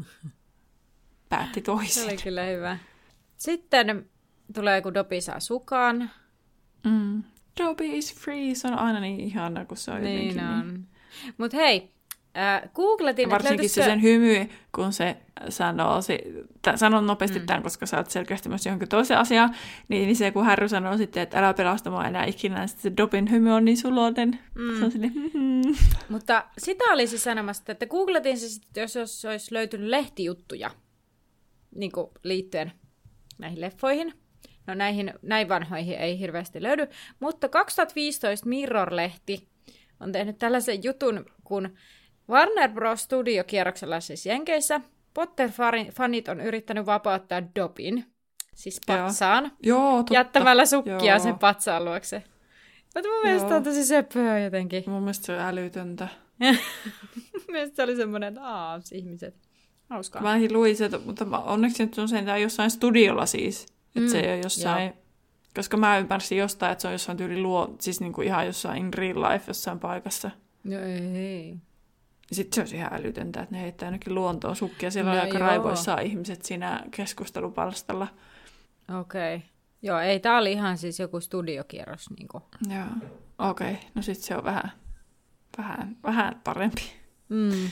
päätti toisin. Se oli kyllä hyvä. Sitten tulee, kun Dobby saa sukan. Mm. Dobby is free, se on aina niin ihana, kun se on niin jotenkin. On. Niin. Mutta hei, äh, googletin... Varsinkin se sen hymy, kun se sanoo, se, t- sanon nopeasti mm. tämän, koska sä oot selkeästi myös johonkin toiseen asiaan, niin, niin se kun Harry sanoo sitten, että älä pelastamaan enää ikinä, niin sitten se Dobbyn hymy on niin suloinen. Mm. Se on silleen, mm-hmm. Mutta sitä oli siis sanomassa, että googletin se sitten, jos, jos olisi löytynyt lehtijuttuja niin kuin liittyen näihin leffoihin. No näihin, näin vanhoihin ei hirveästi löydy, mutta kaksituhattaviisitoista Mirror-lehti on tehnyt tällaisen jutun, kun Warner Bros. Studio-kierroksella siis Jenkeissä Potter-fanit on yrittänyt vapauttaa Dobbyn, siis patsaan, Joo, totta. jättämällä sukkia Joo. sen patsaan luokse. Mutta mun mielestä on tosi söpöä jotenkin. Mun mielestä se on älytöntä. Mun mielestä se oli semmoinen, että aah, ihmiset. Hauskaa. Mä luin se, mutta onneksi nyt on sen jossain studiolla siis. Että mm, se ei ole jossain... Joo. Koska mä ymmärsin jostain, että se on jossain tyyli luo... Siis niinku ihan jossain in real life jossain paikassa. No ei. Sitten se olisi ihan älytöntä, että ne heittää ainakin luontoon sukkia. Siellä no oli aika joo. raivoissaan ihmiset siinä keskustelupalstalla. Okei. Okay. Joo, ei, tää oli ihan siis joku studiokierros. Niinku. Joo, okei. Okay. No sit se on vähän, vähän, vähän parempi. Mm.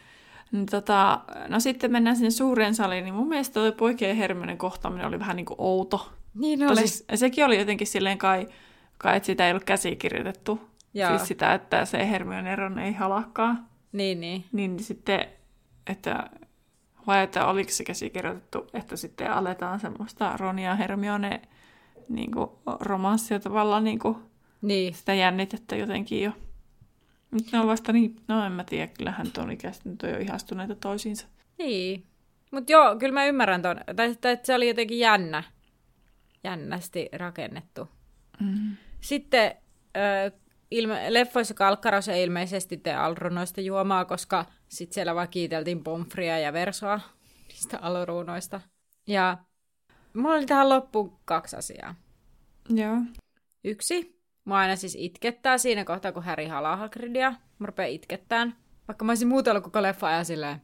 Tota, no sitten mennään sinne suureen saliin, niin mun mielestä toi poikien Hermionen kohtaaminen oli vähän niin kuin outo. Niin oli. Siis, sekin oli jotenkin silleen kai, kai, että sitä ei ollut käsikirjoitettu. Joo. Siis sitä, että se Hermione Ron ei halakkaa. Niin, niin. Niin sitten, että vai että oliko se käsikirjoitettu, että sitten aletaan semmoista Ron ja Hermione niin kuin romanssia tavallaan niin kuin niin. Sitä jännitettä jotenkin jo. Nyt ne on vasta niin, no en mä tiedä, kyllähän tuon ikäistä nyt on jo ihastuneita toisiinsa. Niin, mutta joo, kyllä mä ymmärrän ton, tai että se oli jotenkin jännä, jännästi rakennettu. Mm-hmm. Sitten äh, ilme- leffoissa Kalkkaros ei ilmeisesti tee alrunoista juomaa, koska sitten siellä vaan kiiteltiin Pomfria ja Versoa niistä alruunoista. Ja mulla oli tähän loppuun kaksi asiaa. Joo. Yksi. Mä aina siis itkettää siinä kohtaa, kun Harry halaa Hagridia. Mä rupean itkettään. Vaikka mä olisin muuta ollut koko leffa ajan silleen...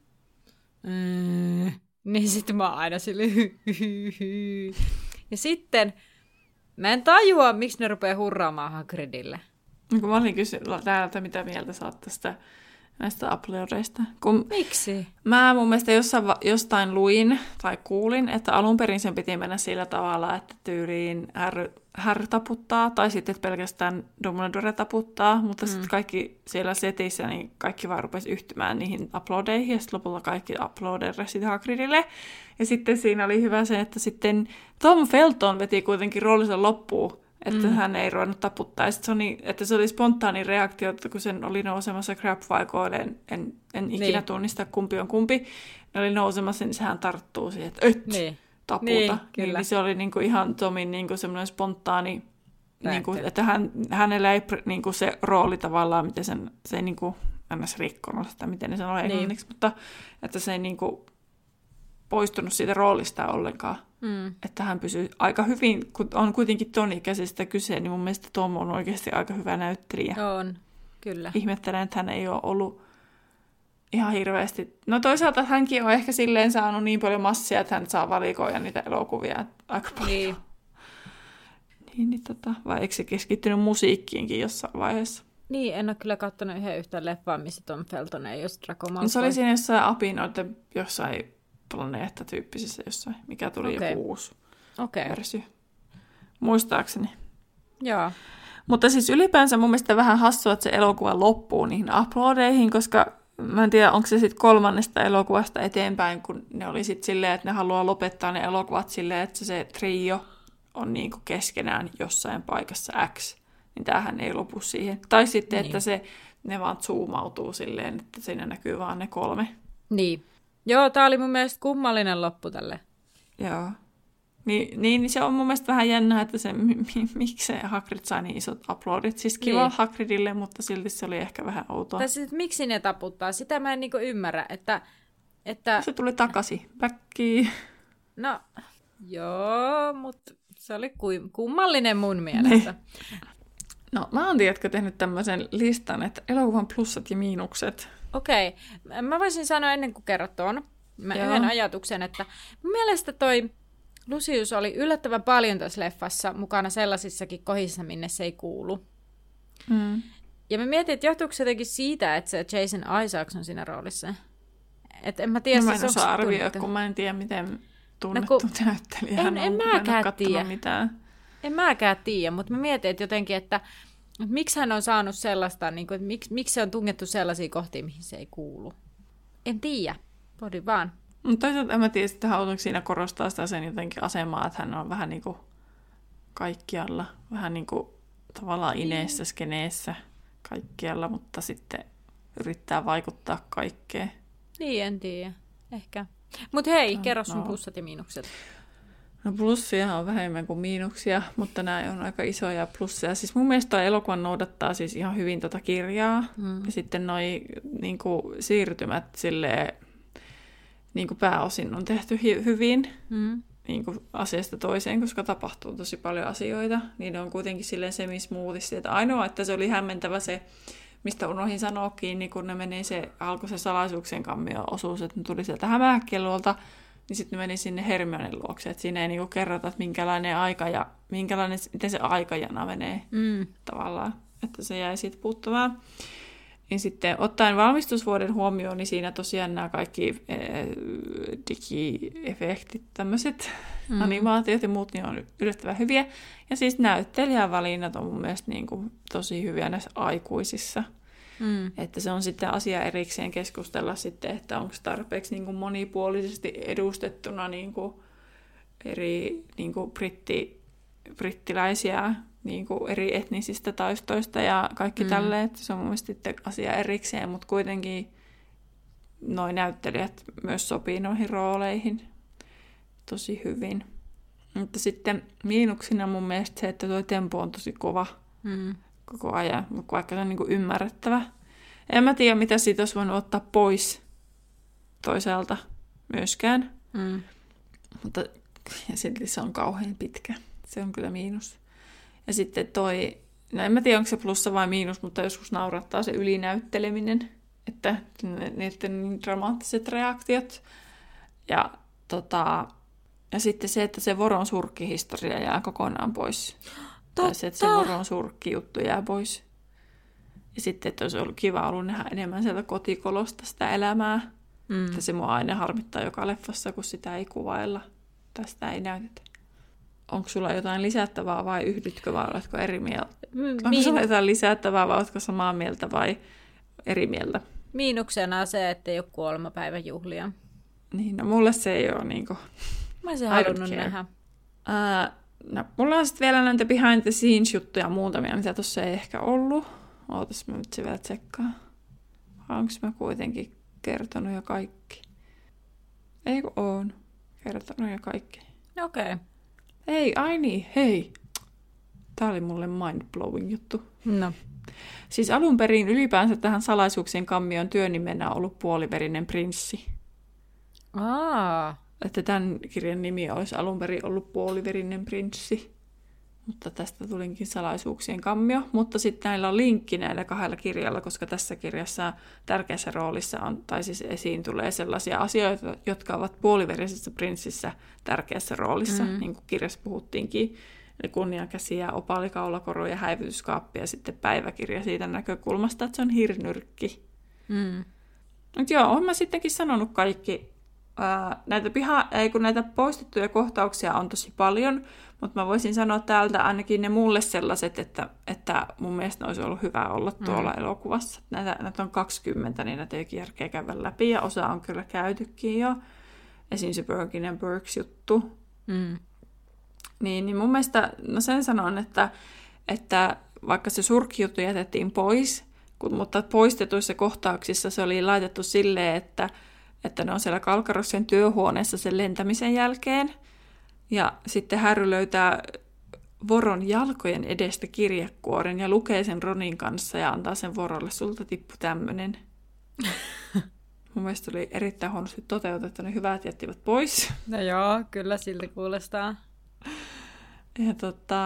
Mm, niin sitten mä aina silleen... Ja sitten... Mä en tajua, miksi ne rupeaa hurraamaan Hagridille. Kun mä olin kysynyt täältä, mitä mieltä sä oot tästä näistä uploadeista. Kun miksi? Mä mun mielestä jossain, jostain luin tai kuulin, että alun perin sen piti mennä sillä tavalla, että tyyliin Harry, Harry taputtaa, tai sitten pelkästään Dumbledore taputtaa, mutta mm. sitten kaikki siellä setissä, niin kaikki vaan rupesi yhtymään niihin uploadeihin, ja sitten lopulta kaikki uploaderesi Hagridille. Ja sitten siinä oli hyvä se, että sitten Tom Felton veti kuitenkin roolinsa loppuun, että mm. hän ei ruvennut taputtaa. Ja se oli, että se oli spontaani reaktio, kun sen oli nousemassa crab-vaikoille, en, en, en ikinä niin. tunnista kumpi on kumpi. Ne oli nousemassa, niin sehän tarttuu siihen, että öt, niin. taputa. Niin, niin, niin se oli niinku ihan Tomin niinku semmoinen spontaani, niinku, että hän, hänellä ei niinku se rooli tavallaan, miten sen, se ei niinku ns. Rikkonut sitä, miten ne sanoo englanniksi, niin. Mutta että se ei niinku poistunut siitä roolista ollenkaan. Mm. Että hän pysyy aika hyvin, kun on kuitenkin ton ikäisestä kyse, niin mun mielestä Tom on oikeasti aika hyvä näyttelijä. On, kyllä. Ihmettelen, että hän ei ole ollut ihan hirveästi. No toisaalta hänkin on ehkä silleen saanut niin paljon massia, että hän saa valikoida niitä elokuvia aika paljon. Niin. Niin, niin tota, vai eikö se keskittynyt musiikkiinkin jossain vaiheessa? Niin, en ole kyllä katsonut yhden yhtään leffaa, missä Tom Felton ei olisi Draco Malfoy. No, se oli siinä jossain apinoiden jossain planeetta-tyyppisessä jossain, mikä tuli okay. joku uusi okay. versio. Muistaakseni. Joo. Mutta siis ylipäänsä mun mielestä vähän hassua, että se elokuva loppuu niihin uploadeihin, koska mä en tiedä, onko se sitten kolmannesta elokuvasta eteenpäin, kun ne oli sitten silleen, että ne haluaa lopettaa ne elokuvat silleen, että se trio on niinku keskenään jossain paikassa X, niin tämähän ei lopu siihen. Tai sitten, niin. Että se, ne vaan zoomautuu silleen, että siinä näkyy vaan ne kolme. Niin. Joo, tää oli mun mielestä kummallinen loppu tälle. Joo. Niin, niin se on mun mielestä vähän jännä, että se, mi, mi, miksi se Hagrid sai niin isot uploadit. Siis kiva niin. Hagridille, mutta silti se oli ehkä vähän outoa. Tai siis, miksi ne taputtaa? Sitä mä en niinku ymmärrä, että... että... Se tuli takaisin. Backiin. No, joo, mutta se oli kummallinen mun mielestä. Ne. No, mä oon tiedätkö tehnyt tämmöisen listan, että elokuvan plussat ja miinukset. Okei. Okay. Mä voisin sanoa ennen kuin kerrot tuon mä yhden ajatuksen, että mun mielestä toi Lucius oli yllättävän paljon tässä leffassa mukana sellaisissakin kohdissa, minne se ei kuulu. Mm. Ja mä mietin, että johtuuko se jotenkin siitä, että se Jason Isaacs on siinä roolissa. Että en mä tiedä, no, mä en osaa arvioida, kun mä en tiedä, miten tunnettu no, näyttelijä hän on. En mäkään tiedä. Mitään. En mäkään tiedä, mutta mä mietin, että jotenkin, että, että miksi hän on saanut sellaista, niin kuin, että miksi, miksi se on tungettu sellaisiin kohtiin, mihin se ei kuulu. En tiedä. Pohdin vaan. Mutta toisaalta en mä tiedä, että haluatko siinä korostaa sitä sen jotenkin asemaa, että hän on vähän niin kuin kaikkialla, vähän niin kuin tavallaan ineessä, skeneessä kaikkialla, mutta sitten yrittää vaikuttaa kaikkeen. Niin, en tiedä. Ehkä. Mutta hei, no, kerro sun no. plussat ja miinukset. No plussia on vähemmän kuin miinuksia, mutta nämä on aika isoja plussia. Siis mun mielestä elokuva noudattaa siis ihan hyvin tota kirjaa. Mm. Ja sitten noi niin kuin siirtymät silleen, niin kuin pääosin on tehty hi- hyvin mm. niin kuin asiasta toiseen, koska tapahtuu tosi paljon asioita. Niin on kuitenkin silleen semismoothisti. Että ainoa, että se oli hämmentävä se, mistä unohdin sanoakin, niin kun ne meni se, alkoi se salaisuuksien kammio osuus, että ne tuli sieltä hämähäkkiluolta, niin sitten ne meni sinne Hermionen luokse. Että siinä ei niinku kerrota, että minkälainen aika ja minkälainen, miten se aikajana menee mm. tavallaan. Että se jäi siitä puuttumaan. Niin sitten ottaen valmistusvuoden huomioon, niin siinä tosiaan nämä kaikki äh, digiefektit, tämmöiset mm. animaatiot ja muut, niin on yllättävän hyviä. Ja siis näyttelijävalinnat on mun mielestä niin kuin tosi hyviä näissä aikuisissa. Mm. Että se on sitten asia erikseen keskustella sitten, että onko tarpeeksi niin kuin monipuolisesti edustettuna niin kuin eri niin kuin britti, brittiläisiä niin kuin eri etnisistä taustoista ja kaikki mm. tälleen. Että se on mun mielestä sitten asia erikseen, mutta kuitenkin noi näyttelijät myös sopii noihin rooleihin tosi hyvin. Mutta sitten miinuksina mun mielestä se, että tuo tempo on tosi kova mm. koko ajan, vaikka se on niin kuin ymmärrettävä. En mä tiedä, mitä siitä olisi voinut ottaa pois toisaalta myöskään. Mm. Mutta ja silti se on kauhean pitkä. Se on kyllä miinus. Ja sitten toi, no en mä tiedä, onko se plussa vai miinus, mutta joskus naurattaa se ylinäytteleminen, että niiden niin dramaattiset reaktiot. Ja tota... Ja sitten se, että se Voron surkkihistoria jää kokonaan pois. Totta. Tai se, että se Voron surkkijuttu jää pois. Ja sitten, että olisi ollut kiva ollut nähdä enemmän sieltä kotikolosta sitä elämää. Mm. Että se mua aina harmittaa joka leffassa, kun sitä ei kuvailla. Tai sitä ei näytetä. Onko sulla jotain lisättävää vai yhdytkö vai oletko eri mieltä? Mm, Onko miin... sulla jotain lisättävää vai oletko samaa mieltä vai eri mieltä? Miinuksena se, että ei ole kuolemapäivän juhlia. Niin, no mulle se ei ole niinku... Mä olisin halunnut nähdä. Uh, no, mulla on sitten vielä näitä behind the scenes juttuja muutamia, mitä tuossa ei ehkä ollut. Ootas, mä nyt se vielä tsekkaan. Onko mä kuitenkin kertonut jo kaikki? Ei kun oon kertonut jo kaikki. Okei. Okay. Ei, ai niin, hei. Tää oli mulle mind-blowing juttu. No. Siis alun perin ylipäänsä tähän salaisuuksien kammion työnimenä on ollut Puoliverinen prinssi. Aa. Että tämän kirjan nimi olisi alun perin ollut Puoliverinen prinssi. Mutta tästä tulinkin salaisuuksien kammio. Mutta sitten näillä on linkki näillä kahdella kirjalla, koska tässä kirjassa tärkeässä roolissa on, tai siis esiin tulee sellaisia asioita, jotka ovat Puoliverisessä prinssissä tärkeässä roolissa, mm. niin kuin kirjassa puhuttiinkin. Eli kunniakäsiä, opaalikaulakoru ja häivytyskaappi ja sitten päiväkirja siitä näkökulmasta, että se on hirnyrkki. Mm. Mutta joo, olen mä sittenkin sanonut kaikki. Ää, näitä, piha, ei, kun näitä poistettuja kohtauksia on tosi paljon, mutta mä voisin sanoa täältä ainakin ne mulle sellaiset, että, että mun mielestä olisi ollut hyvä olla tuolla mm. elokuvassa. Näitä, näitä on kaksikymmentä, niin näitä ei järkeä käydä läpi, ja osa on kyllä käytykin jo. Esiin se Birkin and Burks-juttu. Mm. Niin, niin mun mielestä, no sen sanon, että, että vaikka se surkkijuttu jätettiin pois, kun, mutta poistetuissa kohtauksissa se oli laitettu silleen, että, että ne on siellä Kalkaroksen työhuoneessa sen lentämisen jälkeen. Ja sitten Harry löytää Voron jalkojen edestä kirjekuoren ja lukee sen Ronin kanssa ja antaa sen Vorolle, sulta tippu tämmönen. Mun mielestä oli erittäin huonosti toteutettu, ne hyvät jättivät pois. No joo, kyllä siltä kuulostaa. Ja tota,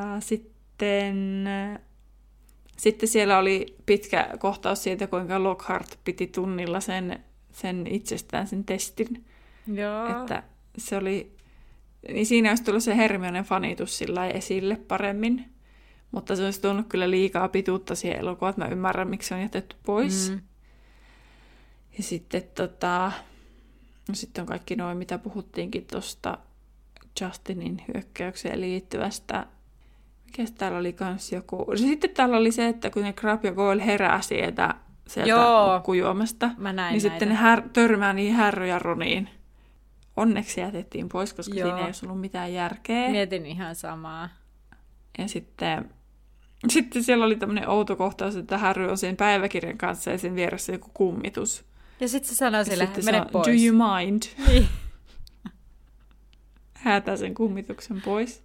sitten, sitten siellä oli pitkä kohtaus siitä, kuinka Lockhart piti tunnilla sen, sen itsestään sen testin. Joo. Että se oli, niin siinä olisi tullut se Hermionen fanitus sillä esille paremmin. Mutta se olisi tullut kyllä liikaa pituutta siihen elokuvaan, että mä ymmärrän, miksi se on jätetty pois. Mm. Ja sitten tota, no sitten on kaikki noin, mitä puhuttiinkin tuosta Justinin hyökkäykseen liittyvästä. Mikäs täällä oli kans joku? Sitten täällä oli se, että kun ne Crabbe ja Goyle herää sieltä, sieltä nukkujuomasta, niin näitä. Sitten ne här- törmää niin Harry ja Roniin. Onneksi jätettiin pois, koska Joo. siinä ei olisi ollut mitään järkeä. Mietin ihan samaa. Ja sitten, sitten siellä oli tämmöinen outo kohtaus, että Harry on sen päiväkirjan kanssa ja sen vieressä joku kummitus. Ja sitten se sanoo sille, mene on, pois. Do you mind? Niin. Häätää sen kummituksen pois.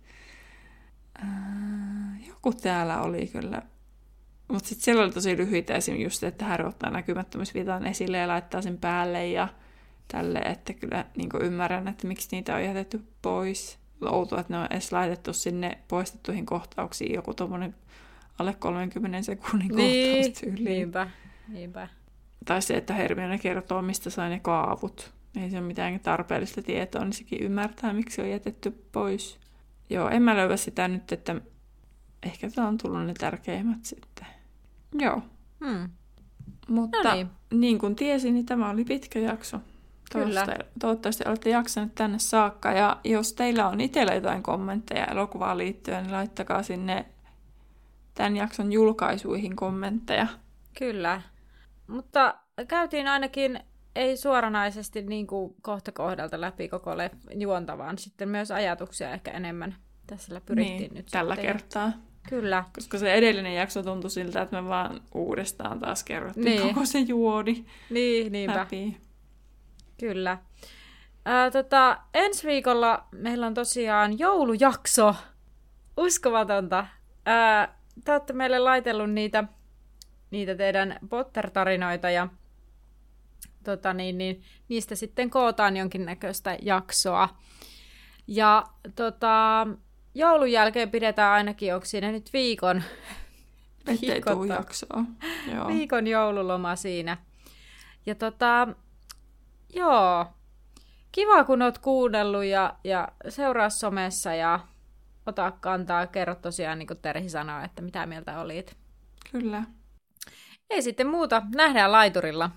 Äh, joku täällä oli kyllä. Mutta sitten siellä oli tosi lyhyitä esimerkiksi just, että Harry ottaa näkymättömyysvitan esille ja laittaa sen päälle ja tälle, että kyllä niin ymmärrän, että miksi niitä on jätetty pois. Outoa, että ne on edes laitettu sinne poistettuihin kohtauksiin joku tommonen alle kolmenkymmenen sekunnin niin, kohtaus tyyliin. Niinpä, niinpä. Tai se, että Hermione kertoo, mistä sai ne kaavut. Ei se ole mitään tarpeellista tietoa, niin sekin ymmärtää, miksi on jätetty pois. Joo, en mä löyä sitä nyt, että ehkä tämä on tullut ne tärkeimmät sitten. Joo. Hmm. Mutta no niin. niin kuin tiesin, niin tämä oli pitkä jakso. Kyllä. Toivottavasti olette jaksaneet tänne saakka. Ja jos teillä on itsellä jotain kommentteja elokuvaan liittyen, niin laittakaa sinne tämän jakson julkaisuihin kommentteja. Kyllä. Mutta käytiin ainakin ei suoranaisesti niin kuin kohta kohdalta läpi koko juonta, vaan sitten myös ajatuksia ehkä enemmän. Tässä pyrittiin niin, nyt tällä sitten. kertaa. Kyllä. Koska se edellinen jakso tuntui siltä, että me vaan uudestaan taas kerrottiin niin. koko se juoni niin, niinpä. läpi. Kyllä. Ää, tota, ensi viikolla meillä on tosiaan joulujakso. Uskomatonta. Ää, te olette meille laitellut niitä, niitä teidän Potter-tarinoita ja tota, niin, niin, niistä sitten kootaan jonkinnäköistä jaksoa. Ja tota, joulun jälkeen pidetään ainakin, onko siinä nyt viikon, ettei tuu jaksoa. Joo. Viikon joululoma siinä. Ja tota, joo, kiva kun oot kuunnellut ja, ja seuraa somessa ja ota kantaa. Kerro tosiaan, niin kuin Terhi sanoi, että mitä mieltä olit. Kyllä. Ei sitten muuta. Nähdään laiturilla.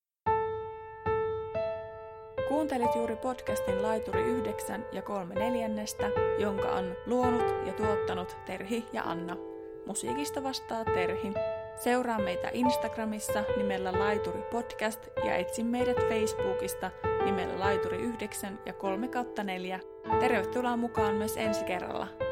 Kuuntelit juuri podcastin Laituri yhdeksän ja kolme neljännestä, jonka on luonut ja tuottanut Terhi ja Anna. Musiikista vastaa Terhi. Seuraa meitä Instagramissa nimellä Laituri Podcast ja etsi meidät Facebookista nimellä Laituri yhdeksän ja kolme kautta neljä. Tervetuloa mukaan myös ensi kerralla.